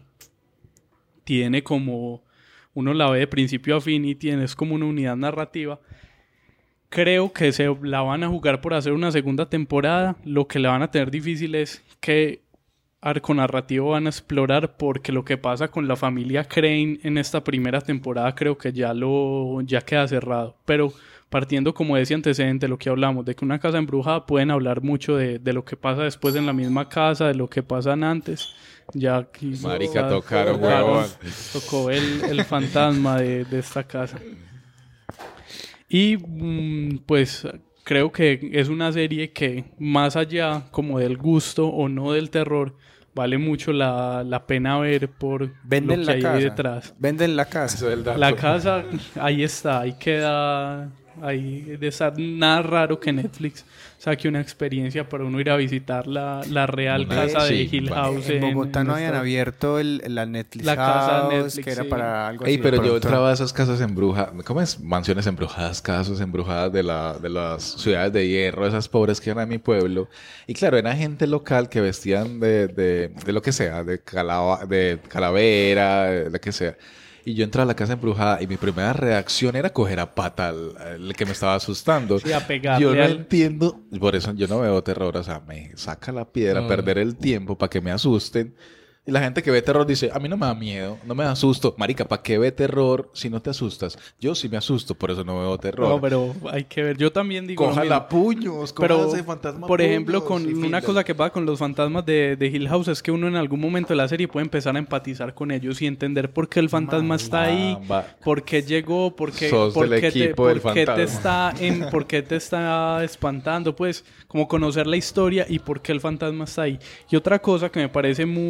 Tiene como... Uno la ve de principio a fin y tiene, es como una unidad narrativa. Creo que se la van a jugar por hacer una segunda temporada. Lo que la van a tener difícil es que arco narrativo van a explorar, porque lo que pasa con la familia Crane en esta primera temporada creo que ya lo ya queda cerrado, pero partiendo como de ese antecedente, lo que hablamos de que una casa embrujada, pueden hablar mucho de, de lo que pasa después en la misma casa, de lo que pasan antes. Ya aquí marica ya, tocaron, huevón. Tocó el, el fantasma de, de esta casa. Y mmm, pues creo que es una serie que, más allá como del gusto o no del terror, vale mucho la, la pena ver por Venden lo que la hay casa. ahí detrás. Venden la casa. Eso es el dato. La casa, ahí está, ahí queda, ahí de estar nada raro que Netflix saque una experiencia para uno ir a visitar la, la real Una, casa sí, de Hill bueno. House. En Bogotá en no habían esta- abierto el, la Netflix La casa House, Netflix, que era sí. para algo así. Ey, pero de yo pronto. entraba a esas casas embrujadas, ¿cómo es? Mansiones embrujadas, casas embrujadas de, la, de las ciudades de hierro, esas pobres que eran en mi pueblo. Y claro, era gente local que vestían de, de, de lo que sea, de, calaba, de calavera, de lo que sea. Y yo entraba a la casa embrujada y mi primera reacción era coger a pata al, al que me estaba asustando. Sí, a pegarle Yo no al- entiendo, por eso yo no veo terror, o sea, me saca la piedra, No. perder el tiempo para que me asusten. Y la gente que ve terror dice, a mí no me da miedo, no me da susto. Marica, ¿para qué ve terror si no te asustas? Yo sí me asusto, por eso no veo terror. No, pero hay que ver. Yo también digo. lo Cójala mismo. puños, Pero, cójala ese fantasma por puños ejemplo, con y una fíjate. cosa que pasa con los fantasmas de, de Hill House es que uno en algún momento de la serie puede empezar a empatizar con ellos y entender por qué el fantasma está ahí, Mamba. por qué llegó, por qué, Sos por del qué te, equipo del por qué te fantasma. está en, por qué te está espantando, pues como conocer la historia y por qué el fantasma está ahí. Y otra cosa que me parece muy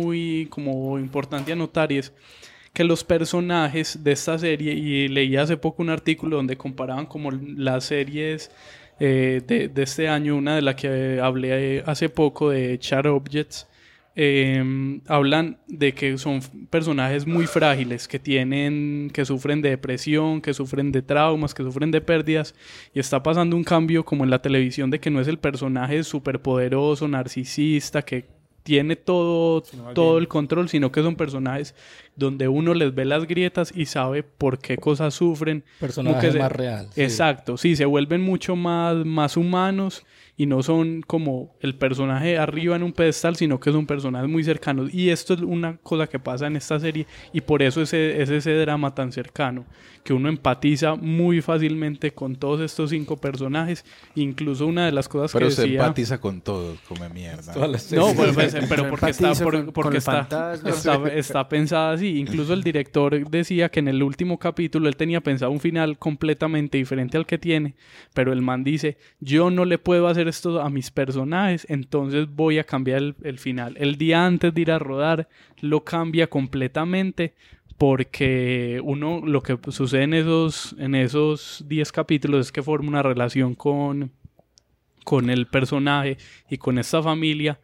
muy como importante anotar y es que los personajes de esta serie, y leí hace poco un artículo donde comparaban como las series eh, de, de este año, una de la que hablé hace poco de Sharp Objects, eh, hablan de que son personajes muy frágiles, que tienen, que sufren de depresión, que sufren de traumas, que sufren de pérdidas, y está pasando un cambio como en la televisión de que no es el personaje superpoderoso, narcisista, que tiene todo, todo el control, sino que son personajes donde uno les ve las grietas y sabe por qué cosas sufren. Personajes se, más real. Exacto, sí. sí, se vuelven mucho más, más humanos y no son como el personaje arriba en un pedestal, sino que son personajes muy cercanos. Y esto es una cosa que pasa en esta serie y por eso ese, es ese drama tan cercano, que uno empatiza muy fácilmente con todos estos cinco personajes. Incluso una de las cosas pero que se decía... empatiza con todos, come mierda. No, pero, pues, pero porque, está, por, porque está, está, está pensada así. Incluso el director decía que en el último capítulo él tenía pensado un final completamente diferente al que tiene, pero el man dice, yo no le puedo hacer esto a mis personajes, entonces voy a cambiar el, el final. El día antes de ir a rodar lo cambia completamente porque uno, lo que sucede en esos en esos diez capítulos es que forma una relación con, con el personaje y con esta familia.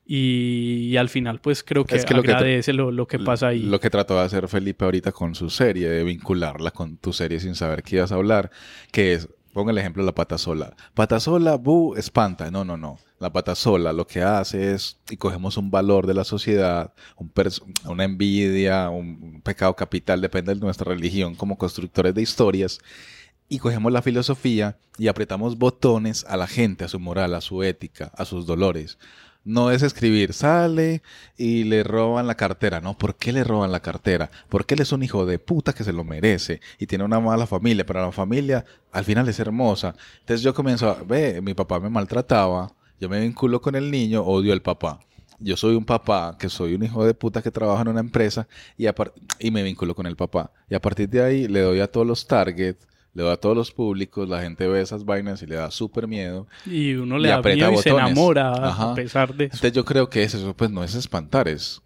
Y, y al final pues creo que, es que agradece lo que, lo, lo que pasa ahí. Lo que trató de hacer Felipe ahorita con su serie, de vincularla con tu serie sin saber qué ibas a hablar, que es, ponga el ejemplo de la pata sola. Pata sola, bu, espanta. No, no, no. La pata sola lo que hace es, y cogemos un valor de la sociedad, un una envidia, un, un pecado capital, depende de nuestra religión, como constructores de historias, y cogemos la filosofía y apretamos botones a la gente, a su moral, a su ética, a sus dolores. No es escribir, sale y le roban la cartera. No, ¿por qué le roban la cartera? Porque él es un hijo de puta que se lo merece y tiene una mala familia, pero la familia al final es hermosa. Entonces yo comienzo a, ve, mi papá me maltrataba, yo me vinculo con el niño, odio al papá. Yo soy un papá que soy un hijo de puta que trabaja en una empresa y, y me vinculo con el papá. Y a partir de ahí le doy a todos los targets, le doy a todos los públicos, la gente ve esas vainas y le da súper miedo. Y uno le da miedo y se enamora. Ajá. A pesar de eso. Entonces yo creo que eso pues no es espantar, es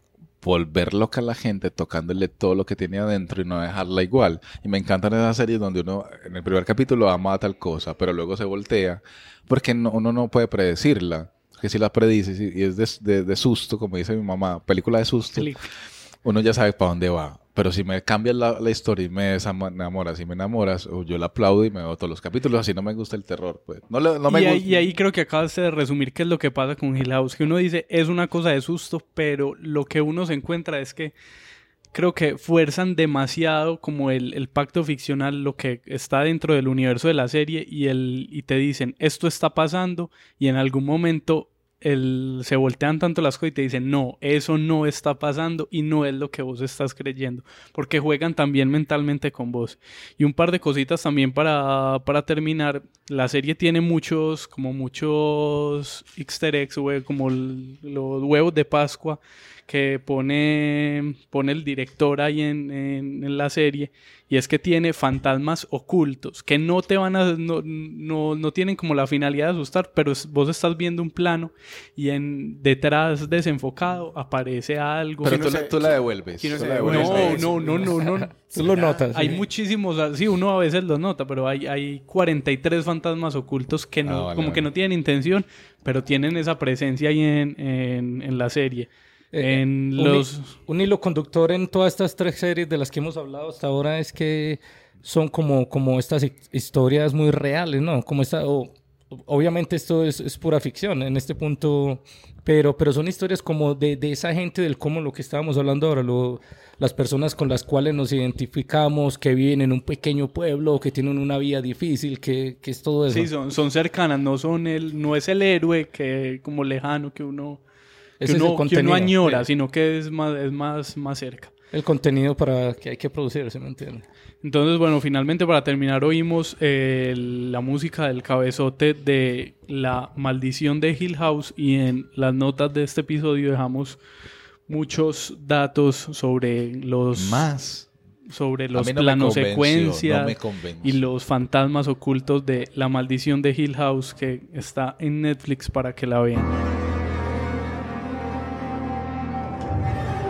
volver loca a la gente tocándole todo lo que tiene adentro y no dejarla igual. Y me encantan esas series donde uno en el primer capítulo ama a tal cosa, pero luego se voltea, porque no, uno no puede predecirla. Que si la predices y es de, de, de susto, como dice mi mamá, película de susto, sí. Uno ya sabe para dónde va. Pero si me cambias la, la historia y me enamoras y me enamoras, o yo la aplaudo y me veo todos los capítulos, así no me gusta el terror. Pues. No, le, no me y, ahí, gusta. y ahí creo que acabas de resumir qué es lo que pasa con Hill House. Que uno dice, es una cosa de susto, pero lo que uno se encuentra es que creo que fuerzan demasiado como el, el pacto ficcional, lo que está dentro del universo de la serie, y, el, y te dicen, esto está pasando, y en algún momento... El, se voltean tanto las cosas y te dicen no, eso no está pasando y no es lo que vos estás creyendo, porque juegan también mentalmente con vos. Y un par de cositas también para, para terminar. La serie tiene muchos como muchos easter eggs, como el, los huevos de Pascua que pone, pone el director ahí en, en, en la serie, y es que tiene fantasmas ocultos que no te van a no, no, no tienen como la finalidad de asustar, pero es, vos estás viendo un plano y en detrás desenfocado aparece algo. Pero tú, no tú la devuelves. No, tú la devuelves. no, no, no, no, no. Tú lo notas. Hay ¿sí? muchísimos, sí, uno a veces los nota, pero hay, hay cuarenta y tres fantasmas ocultos que no, ah, vale, como vale. que no tienen intención, pero tienen esa presencia ahí en, en, en la serie. En un, los... un hilo conductor en todas estas tres series de las que hemos hablado hasta ahora es que son como, como estas historias muy reales, ¿no? Como esta, o, obviamente esto es, es pura ficción en este punto, pero, pero son historias como de, de esa gente del cómo lo que estábamos hablando ahora, lo, las personas con las cuales nos identificamos, que viven en un pequeño pueblo, que tienen una vida difícil, que, que es todo eso. Sí, son, son cercanas, no, son el, no es el héroe que como lejano que uno... Que uno, que uno añora, sí. sino que es más, es más, más cerca. El contenido para que hay que producir, ¿se me entiende? Entonces, bueno, finalmente para terminar oímos eh, la música del cabezote de La Maldición de Hill House, y en las notas de este episodio dejamos muchos datos sobre los... Más. Sobre los no planos secuencias no y los fantasmas ocultos de La Maldición de Hill House, que está en Netflix para que la vean.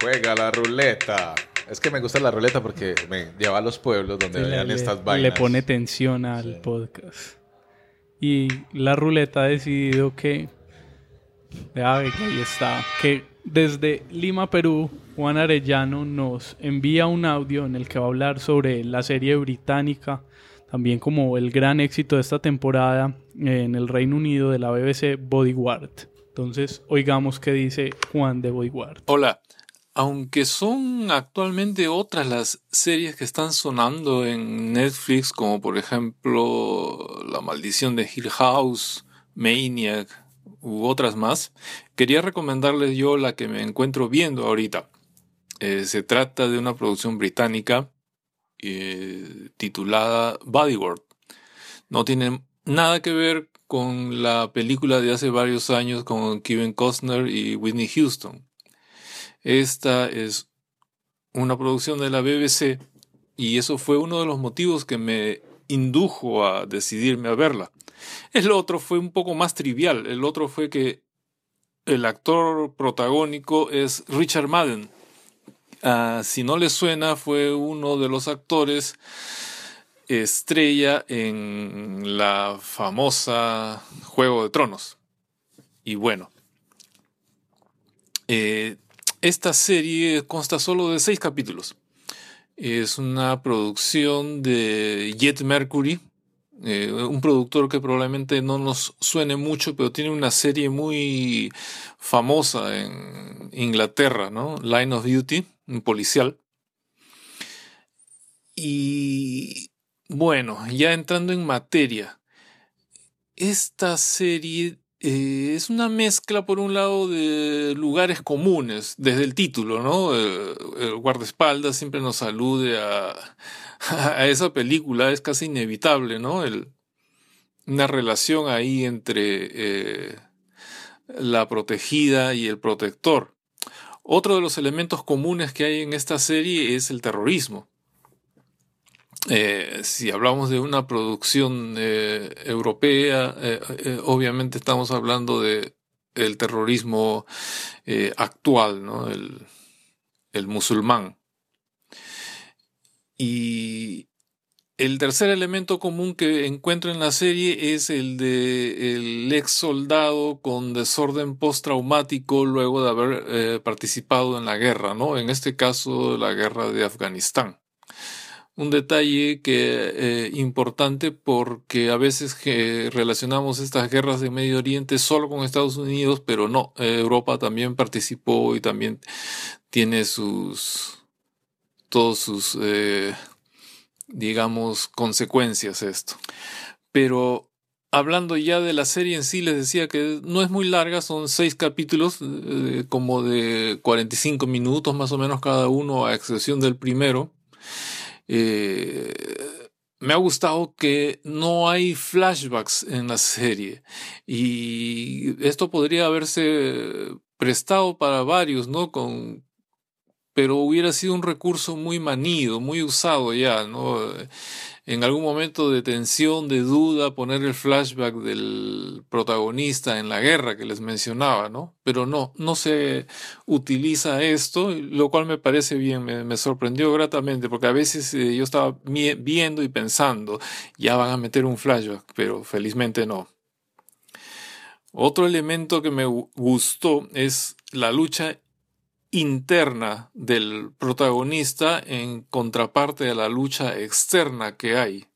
Juega la ruleta. Es que me gusta la ruleta porque me lleva a los pueblos donde Sí, vean le, estas le vainas. pone tensión al Sí. podcast. Y la ruleta ha decidido que... Ya ve que ahí está. Que desde Lima, Perú, Juan Arellano nos envía un audio en el que va a hablar sobre la serie británica, también como el gran éxito de esta temporada en el Reino Unido de la B B C, Bodyguard. Entonces, oigamos qué dice Juan de Bodyguard. Hola. Aunque son actualmente otras las series que están sonando en Netflix, como por ejemplo La Maldición de Hill House, Maniac u otras más, quería recomendarles yo la que me encuentro viendo ahorita. Eh, se trata de una producción británica eh, titulada Bodyguard. No tiene nada que ver con la película de hace varios años con Kevin Costner y Whitney Houston. Esta es una producción de la B B C y eso fue uno de los motivos que me indujo a decidirme a verla. El otro fue un poco más trivial. El otro fue que el actor protagónico es Richard Madden. Uh, si no les suena, fue uno de los actores estrella en la famosa Juego de Tronos. Y bueno, eh, esta serie consta solo de seis capítulos. Es una producción de Jet Mercury, eh, un productor que probablemente no nos suene mucho, pero tiene una serie muy famosa en Inglaterra, ¿no? Line of Duty, un policial. Y bueno, ya entrando en materia, esta serie Eh, es una mezcla, por un lado, de lugares comunes, desde el título, ¿no? El, el guardaespaldas siempre nos alude a, a esa película, es casi inevitable, ¿no? El, una relación ahí entre eh, la protegida y el protector. Otro de los elementos comunes que hay en esta serie es el terrorismo. Eh, si hablamos de una producción eh, europea, eh, eh, obviamente estamos hablando de el terrorismo eh, actual, ¿no? El, el musulmán. Y el tercer elemento común que encuentro en la serie es el de el ex soldado con desorden postraumático luego de haber eh, participado en la guerra, ¿no? En este caso, la guerra de Afganistán. Un detalle que eh, importante porque a veces que relacionamos estas guerras de Medio Oriente solo con Estados Unidos, pero no, eh, Europa también participó y también tiene sus todos sus eh, digamos consecuencias esto. Pero hablando ya de la serie en sí, les decía que no es muy larga, son seis capítulos eh, como de cuarenta y cinco minutos más o menos cada uno, a excepción del primero. Eh, me ha gustado que no hay flashbacks en la serie y esto podría haberse prestado para varios, ¿no? Con, pero hubiera sido un recurso muy manido, muy usado ya, ¿no? En algún momento de tensión, de duda, poner el flashback del protagonista en la guerra que les mencionaba, ¿no? Pero no, no se utiliza esto, lo cual me parece bien, me, me sorprendió gratamente, porque a veces eh, yo estaba viendo y pensando, ya van a meter un flashback, pero felizmente no. Otro elemento que me gustó es la lucha interna del protagonista en contraparte de la lucha externa que hay.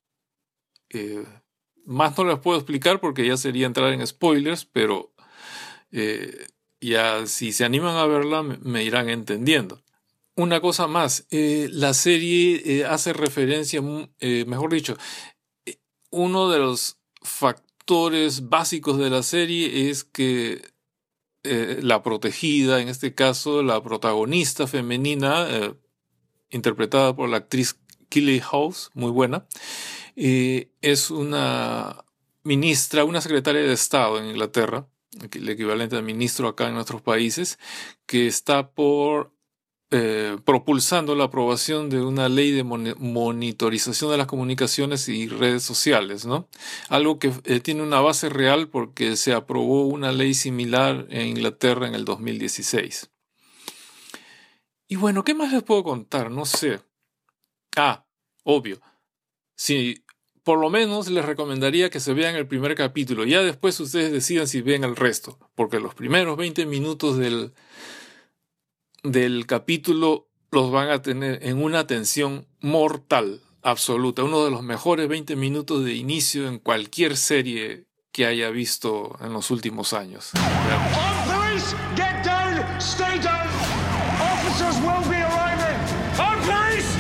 Eh, más no les puedo explicar porque ya sería entrar en spoilers, pero eh, ya si se animan a verla me, me irán entendiendo. Una cosa más, eh, la serie eh, hace referencia, eh, mejor dicho, eh, uno de los factores básicos de la serie es que Eh, la protegida, en este caso la protagonista femenina, eh, interpretada por la actriz Kelly House, muy buena, eh, es una ministra, una secretaria de Estado en Inglaterra, el equivalente a ministro acá en nuestros países, que está por eh, propulsando la aprobación de una ley de mon- monitorización de las comunicaciones y redes sociales, ¿no? Algo que eh, tiene una base real porque se aprobó una ley similar en Inglaterra en el dos mil dieciséis. Y bueno, ¿qué más les puedo contar? No sé. Ah, obvio. Si, por lo menos les recomendaría que se vean el primer capítulo. Ya después ustedes decidan si ven el resto. Porque los primeros veinte minutos del, del capítulo los van a tener en una tensión mortal, absoluta. Uno de los mejores veinte minutos de inicio en cualquier serie que haya visto en los últimos años. All police, get down, stay down. Officers will be arriving. All police!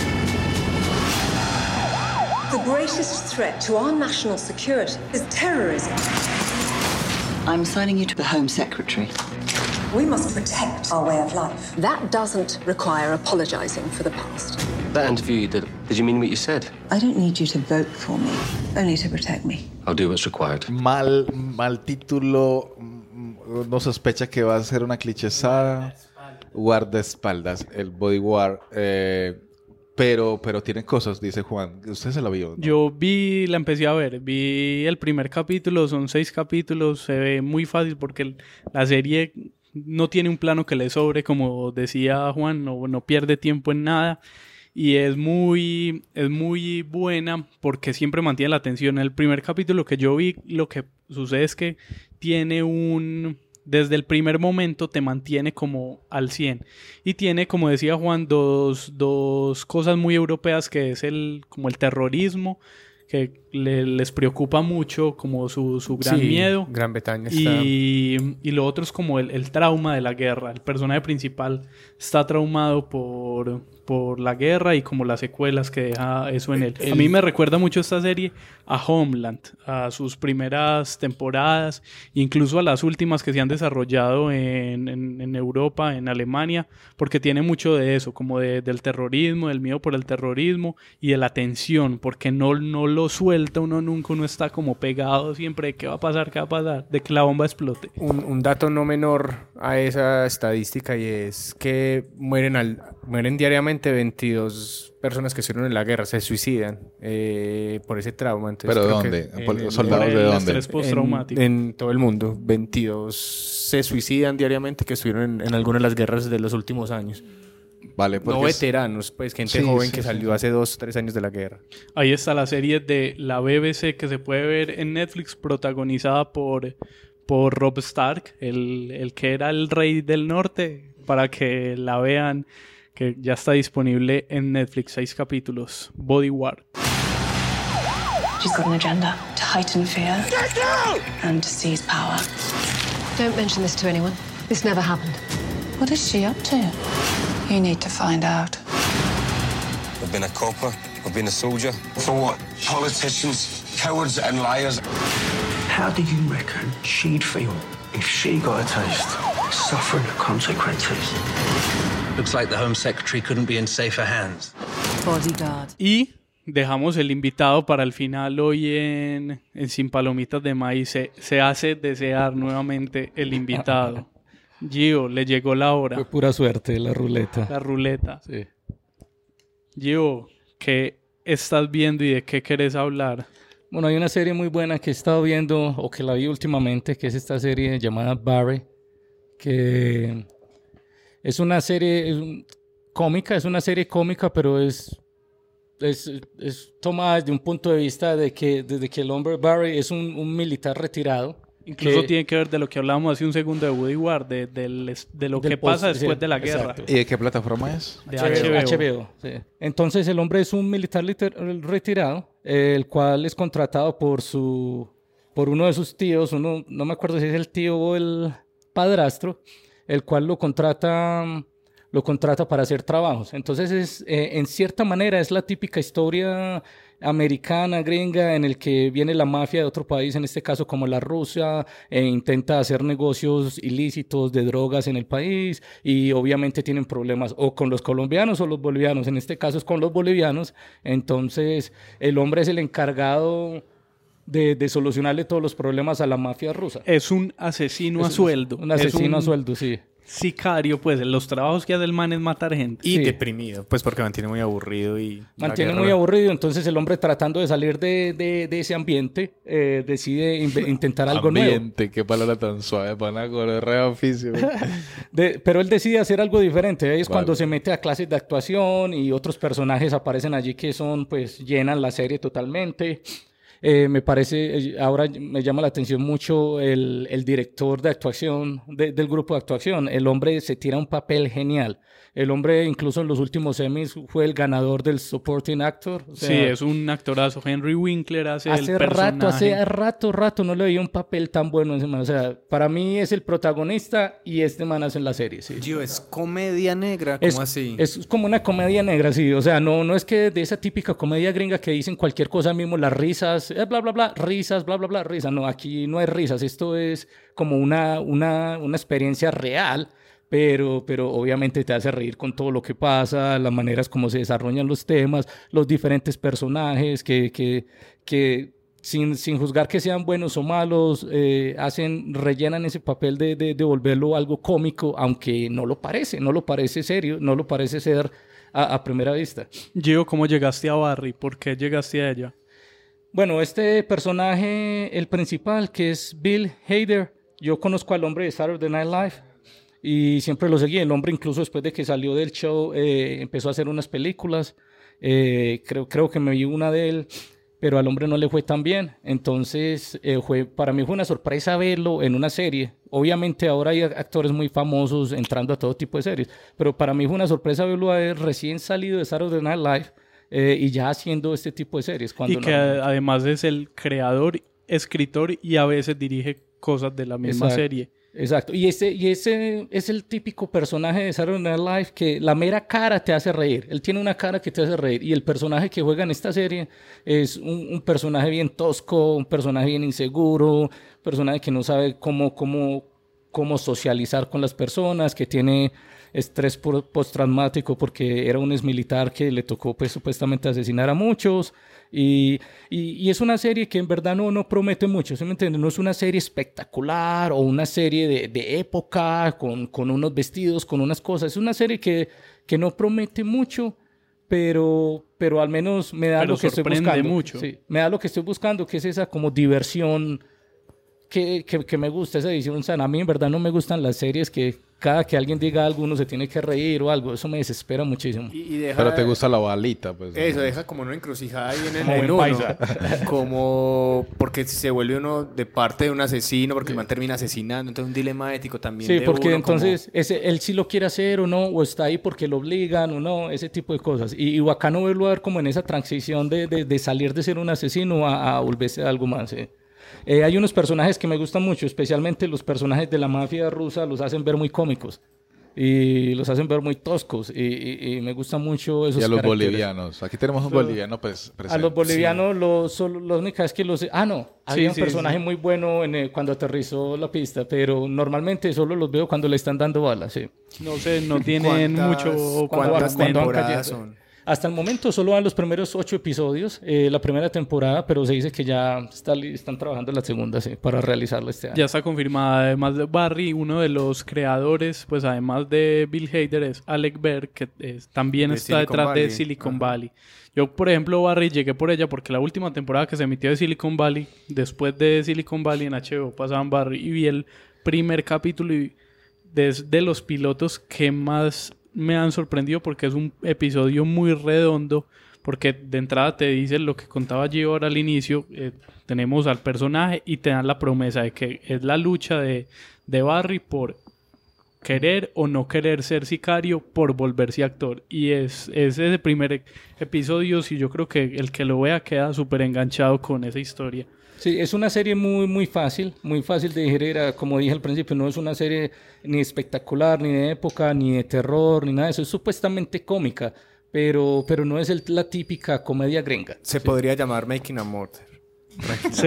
The greatest threat to our national security is terrorism. I'm assigning you to the Home Secretary. We must protect our way of life. That doesn't require apologizing for the past. That interview you did, did you mean what you said? I don't need you to vote for me, only to protect me. I'll do what's required. Mal, mal título. No sospecha que va a ser una clichésada. Guardaespaldas, el bodyguard. Eh, pero, pero tiene cosas, dice Juan. Usted se la vio, ¿no? Yo vi, la empecé a ver. Vi el primer capítulo, son seis capítulos. Se ve muy fácil porque el, la serie no tiene un plano que le sobre, como decía Juan. No, no pierde tiempo en nada. Y es muy, es muy buena porque siempre mantiene la atención. En el primer capítulo que yo vi, lo que sucede es que tiene un... Desde el primer momento te mantiene como al cien. Y tiene, como decía Juan, dos, dos cosas muy europeas, que es el, como el terrorismo, que le, les preocupa mucho, como su, su gran sí, miedo. Gran Bretaña está... Y, y lo otro es como el, el trauma de la guerra. El personaje principal está traumado por, por la guerra y como las secuelas que deja eso en él. El... A mí me recuerda mucho esta serie a Homeland, a sus primeras temporadas, incluso a las últimas que se han desarrollado en, en, en Europa, en Alemania, porque tiene mucho de eso, como de, del terrorismo, del miedo por el terrorismo y de la tensión, porque no, no lo suelta uno nunca, uno está como pegado siempre de qué va a pasar, qué va a pasar, de que la bomba explote. Un, un dato no menor a esa estadística, y es que mueren, al, mueren diariamente veintidós personas que estuvieron en la guerra, se suicidan eh, por ese trauma. Entonces, ¿pero creo dónde? Que, ¿Por en, ¿Soldados en, de en dónde? Estrés postraumático. En, en todo el mundo, veintidós se suicidan diariamente que estuvieron en, en alguna de las guerras de los últimos años. Vale, no veteranos, pues gente sí, joven sí, que salió sí. hace dos o tres años de la guerra. Ahí está la serie de la B B C que se puede ver en Netflix, protagonizada por, por Robb Stark, el, el que era el rey del norte, para que la vean, que ya está disponible en Netflix, seis capítulos, Bodyguard. She's got an agenda to heighten fear and to seize power. Don't mention this to anyone. This never happened. What is she up to? You need to find out. I've been a copper. I've been a soldier. For what? Politicians, cowards and liars. How do you reckon she'd feel if she got a taste of suffering the consequences? Looks like the Home Secretary couldn't be in safer hands. Bodyguard. Y dejamos el invitado para el final hoy en, en Sin Palomitas de Maíz. Se, se hace desear nuevamente el invitado. Gio, le llegó la hora. Fue pura suerte, la ruleta. La ruleta. Sí. Gio, ¿qué estás viendo y de qué querés hablar? Bueno, hay una serie muy buena que he estado viendo, o que la vi últimamente, que es esta serie llamada Barry, que es una serie es un, cómica, es una serie cómica, pero es, es, es tomada desde un punto de vista de que, desde que el hombre Barry es un, un militar retirado. Incluso que, tiene que ver de lo que hablábamos hace un segundo de Bodyguard, de, de, de lo que pasa post, después sí, de la guerra. ¿Y de qué plataforma es? De H B O. H B O, sí. Entonces el hombre es un militar liter- retirado, eh, el cual es contratado por su por uno de sus tíos, uno no me acuerdo si es el tío o el padrastro, el cual lo contrata lo contrata para hacer trabajos. Entonces es eh, en cierta manera es la típica historia americana, gringa, en el que viene la mafia de otro país, en este caso como la Rusia, e intenta hacer negocios ilícitos de drogas en el país, y obviamente tienen problemas o con los colombianos o los bolivianos, en este caso es con los bolivianos. Entonces el hombre es el encargado de, de solucionarle todos los problemas a la mafia rusa. Es un asesino es a sueldo. Un asesino un, a sueldo, sí. sicario, pues los trabajos que hace el man es matar gente. Y Sí. deprimido, pues porque mantiene muy aburrido y... Mantiene la muy guerra- aburrido, entonces el hombre tratando de salir de, de, de ese ambiente eh, decide inve- intentar algo nuevo. Ambiente, qué palabra tan suave, pana, re oficio. De- pero él decide hacer algo diferente. Ahí es Vale. cuando se mete a clases de actuación y otros personajes aparecen allí que son, pues, llenan la serie totalmente. Eh, me parece, eh, ahora me llama la atención mucho el, el director de actuación de- del grupo de actuación. El hombre se tira un papel genial. El hombre, incluso en los últimos Emmys, fue el ganador del Supporting Actor. O sea, Sí, es un actorazo. Henry Winkler hace, Hace el personaje. rato, hace rato, rato no le veía un papel tan bueno a ese man. O sea, para mí es el protagonista y este man hace en la serie, sí. Gio, es comedia negra, ¿cómo Es, así? es como una comedia negra, sí. O sea, no, no es que de esa típica comedia gringa que dicen cualquier cosa mismo, las risas, eh, bla, bla, bla, risas, bla, bla, bla, risas. No, aquí no hay risas. Esto es como una, una, una experiencia real, pero, pero obviamente te hace reír con todo lo que pasa, las maneras como se desarrollan los temas, los diferentes personajes que, que, que sin, sin juzgar que sean buenos o malos, eh, hacen, rellenan ese papel de, de, de volverlo algo cómico, aunque no lo parece, no lo parece serio, no lo parece ser a, a primera vista. Gio, ¿cómo llegaste a Barry? ¿Por qué llegaste a ella? Bueno, este personaje, el principal, que es Bill Hader, yo conozco al hombre de Saturday Night Live y siempre lo seguí. El hombre, incluso después de que salió del show, eh, empezó a hacer unas películas. Eh, creo, creo que me vi una de él, pero al hombre no le fue tan bien. Entonces, eh, fue, para mí fue una sorpresa verlo en una serie. Obviamente ahora hay actores muy famosos entrando a todo tipo de series, pero para mí fue una sorpresa verlo a él recién salido de Saturday Night Live eh, y ya haciendo este tipo de series. Cuando Y que no- a- además es el creador, escritor y a veces dirige cosas de la misma Exacto. serie. Exacto. Y ese, y ese es el típico personaje de Saturday Night Live que la mera cara te hace reír. Él tiene una cara que te hace reír. Y el personaje que juega en esta serie es un, un personaje bien tosco, un personaje bien inseguro, un personaje que no sabe cómo, cómo, cómo socializar con las personas, que tiene estrés por- postraumático porque era un exmilitar que le tocó pues supuestamente asesinar a muchos. Y, y, y es una serie que en verdad no, no promete mucho, ¿sí me entiendes? No es una serie espectacular o una serie de, de época con, con unos vestidos, con unas cosas. Es una serie que, que no promete mucho, pero, pero al menos me da Pero lo que estoy sorprende buscando. mucho. Sí, me da lo que estoy buscando, que es esa como diversión que, que, que me gusta, esa edición. O sea, a mí en verdad no me gustan las series que cada que alguien diga algo uno se tiene que reír o algo. Eso me desespera muchísimo. Y, y deja, Pero te gusta la balita, pues. Eso, deja como una encrucijada ahí en el Como en buen uno. paisa. Como porque se vuelve uno de parte de un asesino, porque el man termina asesinando. Entonces un dilema ético también. Sí, de porque uno, entonces ese, él sí lo quiere hacer o no, o está ahí porque lo obligan o no, ese tipo de cosas. Y, y bacano verlo a ver como en esa transición de, de, de salir de ser un asesino a, a volverse algo más. ¿sí? Eh, hay unos personajes que me gustan mucho, especialmente los personajes de la mafia rusa, los hacen ver muy cómicos y los hacen ver muy toscos y, y- y me gusta mucho esos Y a los caracteres. bolivianos. Aquí tenemos un Pero- boliviano, pues, A presente. los bolivianos, lo, solo, la única es que los... Ah, no, había Sí, un sí, personaje sí. muy bueno en el- cuando aterrizó la pista, pero normalmente solo los veo cuando le están dando balas, sí. No sé, no tienen ¿Cuántas- mucho... cuántas cuando- temporadas son? Hasta el momento solo van los primeros ocho episodios, eh, la primera temporada, pero se dice que ya está li- están trabajando en la segunda, sí, para realizarla este año. Ya está confirmada. Además de Barry, uno de los creadores, pues además de Bill Hader, es Alec Berg, que es- también De está Silicon detrás de Valley. Silicon Ajá. Valley. Yo, por ejemplo, Barry, llegué por ella porque la última temporada que se emitió de Silicon Valley, después de Silicon Valley en H B O pasaban Barry, y vi el primer capítulo y desde los pilotos que más me han sorprendido porque es un episodio muy redondo, porque de entrada te dice lo que contaba Gio ahora al inicio, eh, tenemos al personaje y te dan la promesa de que es la lucha de, de Barry por querer o no querer ser sicario, por volverse actor, y es, es ese primer episodio, si yo creo que el que lo vea queda súper enganchado con esa historia. Sí, es una serie muy, muy fácil, muy fácil de digerir. ah, Como dije al principio, no es una serie ni espectacular, ni de época, ni de terror, ni nada de eso. Es supuestamente cómica, pero, pero no es el- la típica comedia gringa. Se podría llamar Making a Murder. Sí,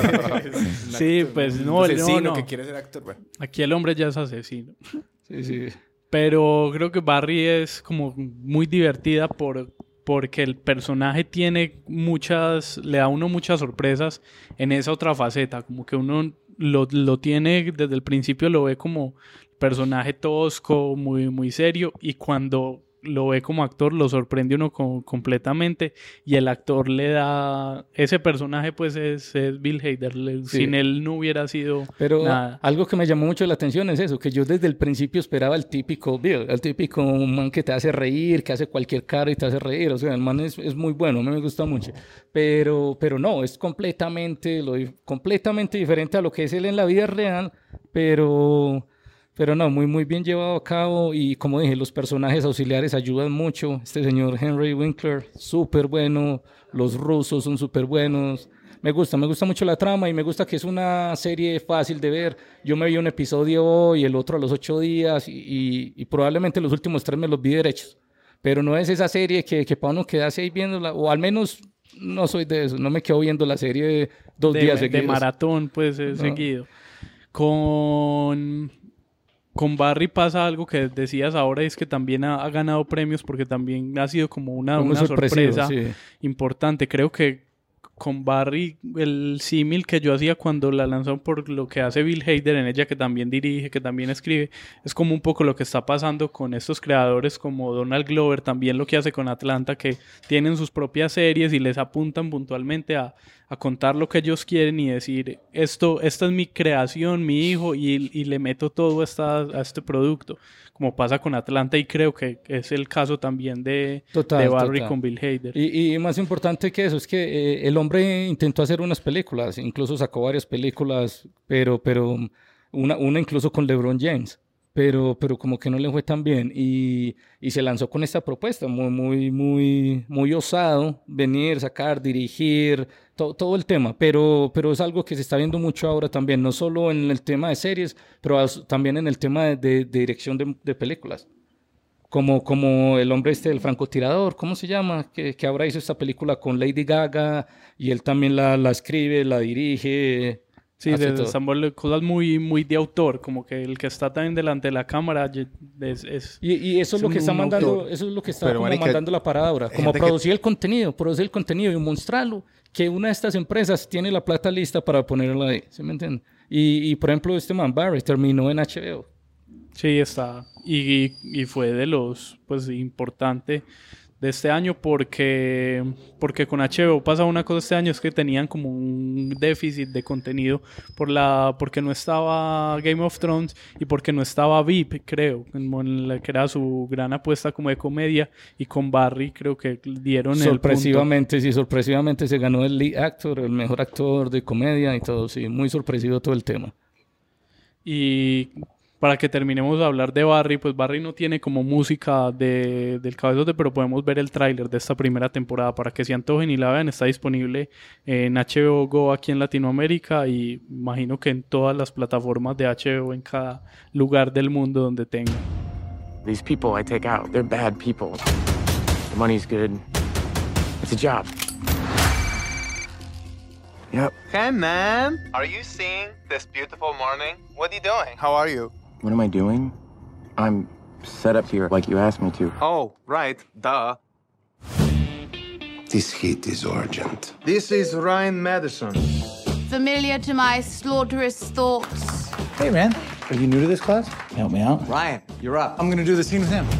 sí, pues no, Un asesino no, no. que quiere ser actor. Bueno. Aquí el hombre ya es asesino. Sí, sí. Pero creo que Barry es como muy divertida por, porque el personaje tiene muchas, le da a uno muchas sorpresas en esa otra faceta, como que uno lo, lo tiene desde el principio, lo ve como el personaje tosco, muy, muy serio, y cuando lo ve como actor lo sorprende uno co- completamente, y el actor le da, ese personaje pues es, es Bill Hader, le- Sí. sin él no hubiera sido Pero nada. algo que me llamó mucho la atención es eso, que yo desde el principio esperaba el típico Bill, el típico man que te hace reír, que hace cualquier cara y te hace reír, o sea, el man es, es muy bueno, a mí me gusta mucho, pero, pero no, es completamente, lo, di- completamente diferente a lo que es él en la vida real, pero... Pero no, muy, muy bien llevado a cabo y como dije, los personajes auxiliares ayudan mucho. Este señor Henry Winkler, súper bueno. Los rusos son súper buenos. Me gusta, me gusta mucho la trama y me gusta que es una serie fácil de ver. Yo me vi un episodio hoy, el otro a los ocho días y, y, y probablemente los últimos tres me los vi derechos. Pero no es esa serie que, que para uno quedarse ahí viéndola, o al menos no soy de eso, no me quedo viendo la serie dos de, días de seguidos. maratón pues eh, No. seguido. Con... Con Barry pasa algo que decías ahora, es que también ha, ha ganado premios porque también ha sido como una, Muy una sorpresivo, sorpresa sí. importante. Creo que con Barry, el símil que yo hacía cuando la lanzaron por lo que hace Bill Hader en ella, que también dirige, que también escribe, es como un poco lo que está pasando con estos creadores como Donald Glover, también lo que hace con Atlanta, que tienen sus propias series y les apuntan puntualmente a, a contar lo que ellos quieren y decir, esto, esta es mi creación, mi hijo, y, y le meto todo a, esta, a este producto, como pasa con Atlanta, y creo que es el caso también de, Total, de Barry total. con Bill Hader. Y, y más importante que eso es que eh, el hombre intentó hacer unas películas, incluso sacó varias películas, pero, pero una, una incluso con LeBron James, pero, pero como que no le fue tan bien y, y se lanzó con esta propuesta, muy, muy, muy, muy osado, venir, sacar, dirigir, to, todo el tema, pero, pero es algo que se está viendo mucho ahora también, no solo en el tema de series, pero as- también en el tema de, de- de dirección de, de películas. Como, como el hombre este del francotirador, ¿cómo se llama? Que, que ahora hizo esta película con Lady Gaga y él también la, la escribe, la dirige. Sí, hace de, todo. están vuelve- cosas muy, muy de autor, como que el que está también delante de la cámara ye- es... es Y, y eso es lo que está un mandando, autor. eso es lo que está Pero, como marica, mandando la parada ahora, como gente que- producir el contenido, producir el contenido y mostrarlo, que una de estas empresas tiene la plata lista para ponerla ahí, ¿sí me entienden? Y, y por ejemplo, este man Barry terminó en H B O. Sí, está. Y, y fue de los, pues, importante de este año porque, porque con H B O pasa una cosa este año, es que tenían como un déficit de contenido por la, porque no estaba Game of Thrones y porque no estaba V I P, creo, como en la que era su gran apuesta como de comedia, y con Barry creo que dieron el punto. Sorpresivamente, sí, sorpresivamente se ganó el lead actor, el mejor actor de comedia y todo, sí, muy sorpresivo todo el tema. Y para que terminemos de hablar de Barry, pues Barry no tiene como música de, del Cabezote, pero podemos ver el tráiler de esta primera temporada para que se antojen y la vean. Está disponible en H B O Go aquí en Latinoamérica y imagino que en todas las plataformas de H B O en cada lugar del mundo donde tenga. These people I take out, they're bad people. The money's good. It's a job. Yep. Hey, man. Are you seeing this beautiful morning? What are you doing? How are you? What am I doing? I'm set up here like you asked me to. Oh, right. Duh. This heat is urgent. This is Ryan Madison. Familiar to my slaughterous thoughts. Hey, man. Are you new to this class? Help me out. Ryan, you're up. I'm gonna do the scene with him.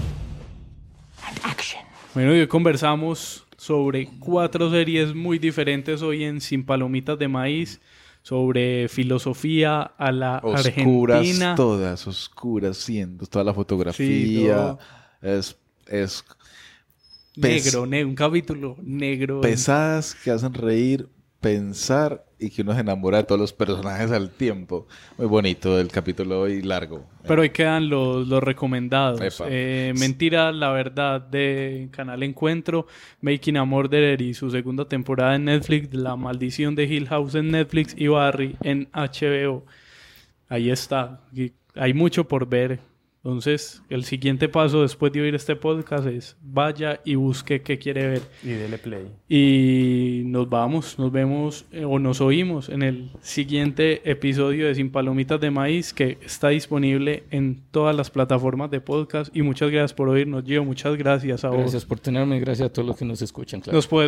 Bueno, y hoy conversamos sobre cuatro series muy diferentes hoy en Sin Palomitas de Maíz, sobre filosofía a la Oscuras Argentina. todas, oscuras siendo, toda la Sí, fotografía. todo. es, es pes- Negro, ne- un capítulo negro. pesadas que hacen reír, pensar y que uno se enamora de todos los personajes al tiempo. Muy bonito el capítulo hoy, largo. Pero ahí quedan los, los recomendados. Epa. Eh, Mentira, la verdad, de Canal Encuentro, Making a Murderer y su segunda temporada en Netflix, La Maldición de Hill House en Netflix y Barry en H B O. Ahí está. Y hay mucho por ver. Entonces, el siguiente paso después de oír este podcast es vaya y busque qué quiere ver. Y dele play. Y nos vamos, nos vemos eh, o nos oímos en el siguiente episodio de Sin Palomitas de Maíz, que está disponible en todas las plataformas de podcast. Y muchas gracias por oírnos, Gio. Muchas gracias a vos. Gracias por tenerme, gracias a todos los que nos escuchan. Claro. Nos puedes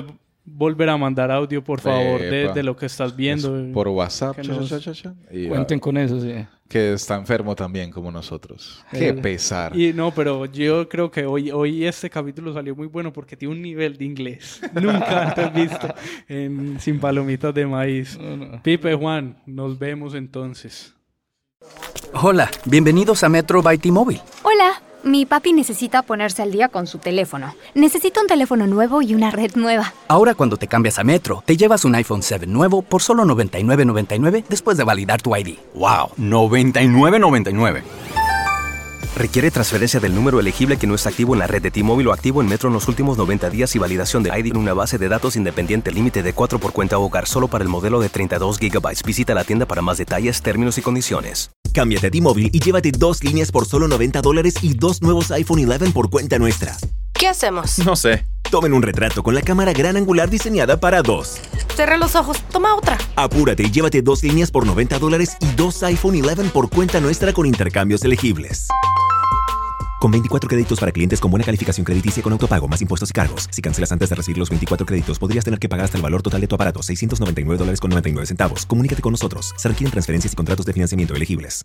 volver a mandar audio, por favor, de, Epa. de lo que estás viendo. Es por WhatsApp. Que Cha, nos- cha, cha, cha, y, Cuenten ah, con eso, sí. que está enfermo también como nosotros. Qué Eh, pesar. Y no, pero yo creo que hoy, hoy este capítulo salió muy bueno porque tiene un nivel de inglés nunca antes visto en Sin Palomitas de Maíz. Pipe, Juan, nos vemos entonces. Hola, bienvenidos a Metro by T-Mobile. Hola, mi papi necesita ponerse al día con su teléfono. Necesito un teléfono nuevo y una red nueva. Ahora cuando te cambias a Metro, te llevas un iPhone siete nuevo por solo noventa y nueve noventa y nueve después de validar tu I D. ¡Wow! noventa y nueve noventa y nueve. Requiere transferencia del número elegible que no está activo en la red de T-Mobile o activo en Metro en los últimos noventa días y validación de I D en una base de datos independiente límite de cuatro por cuenta hogar solo para el modelo de treinta y dos gigabytes. Visita la tienda para más detalles, términos y condiciones. Cámbiate a T-Mobile y llévate dos líneas por solo noventa dólares y dos nuevos iPhone once por cuenta nuestra. ¿Qué hacemos? No sé. Tomen un retrato con la cámara gran angular diseñada para dos. Cerré los ojos. Toma otra. Apúrate y llévate dos líneas por noventa dólares y dos iPhone once por cuenta nuestra con intercambios elegibles. Con veinticuatro créditos para clientes con buena calificación crediticia con autopago más impuestos y cargos. Si cancelas antes de recibir los veinticuatro créditos, podrías tener que pagar hasta el valor total de tu aparato, seiscientos noventa y nueve dólares con noventa y nueve centavos. Comunícate con nosotros. Se requieren transferencias y contratos de financiamiento elegibles.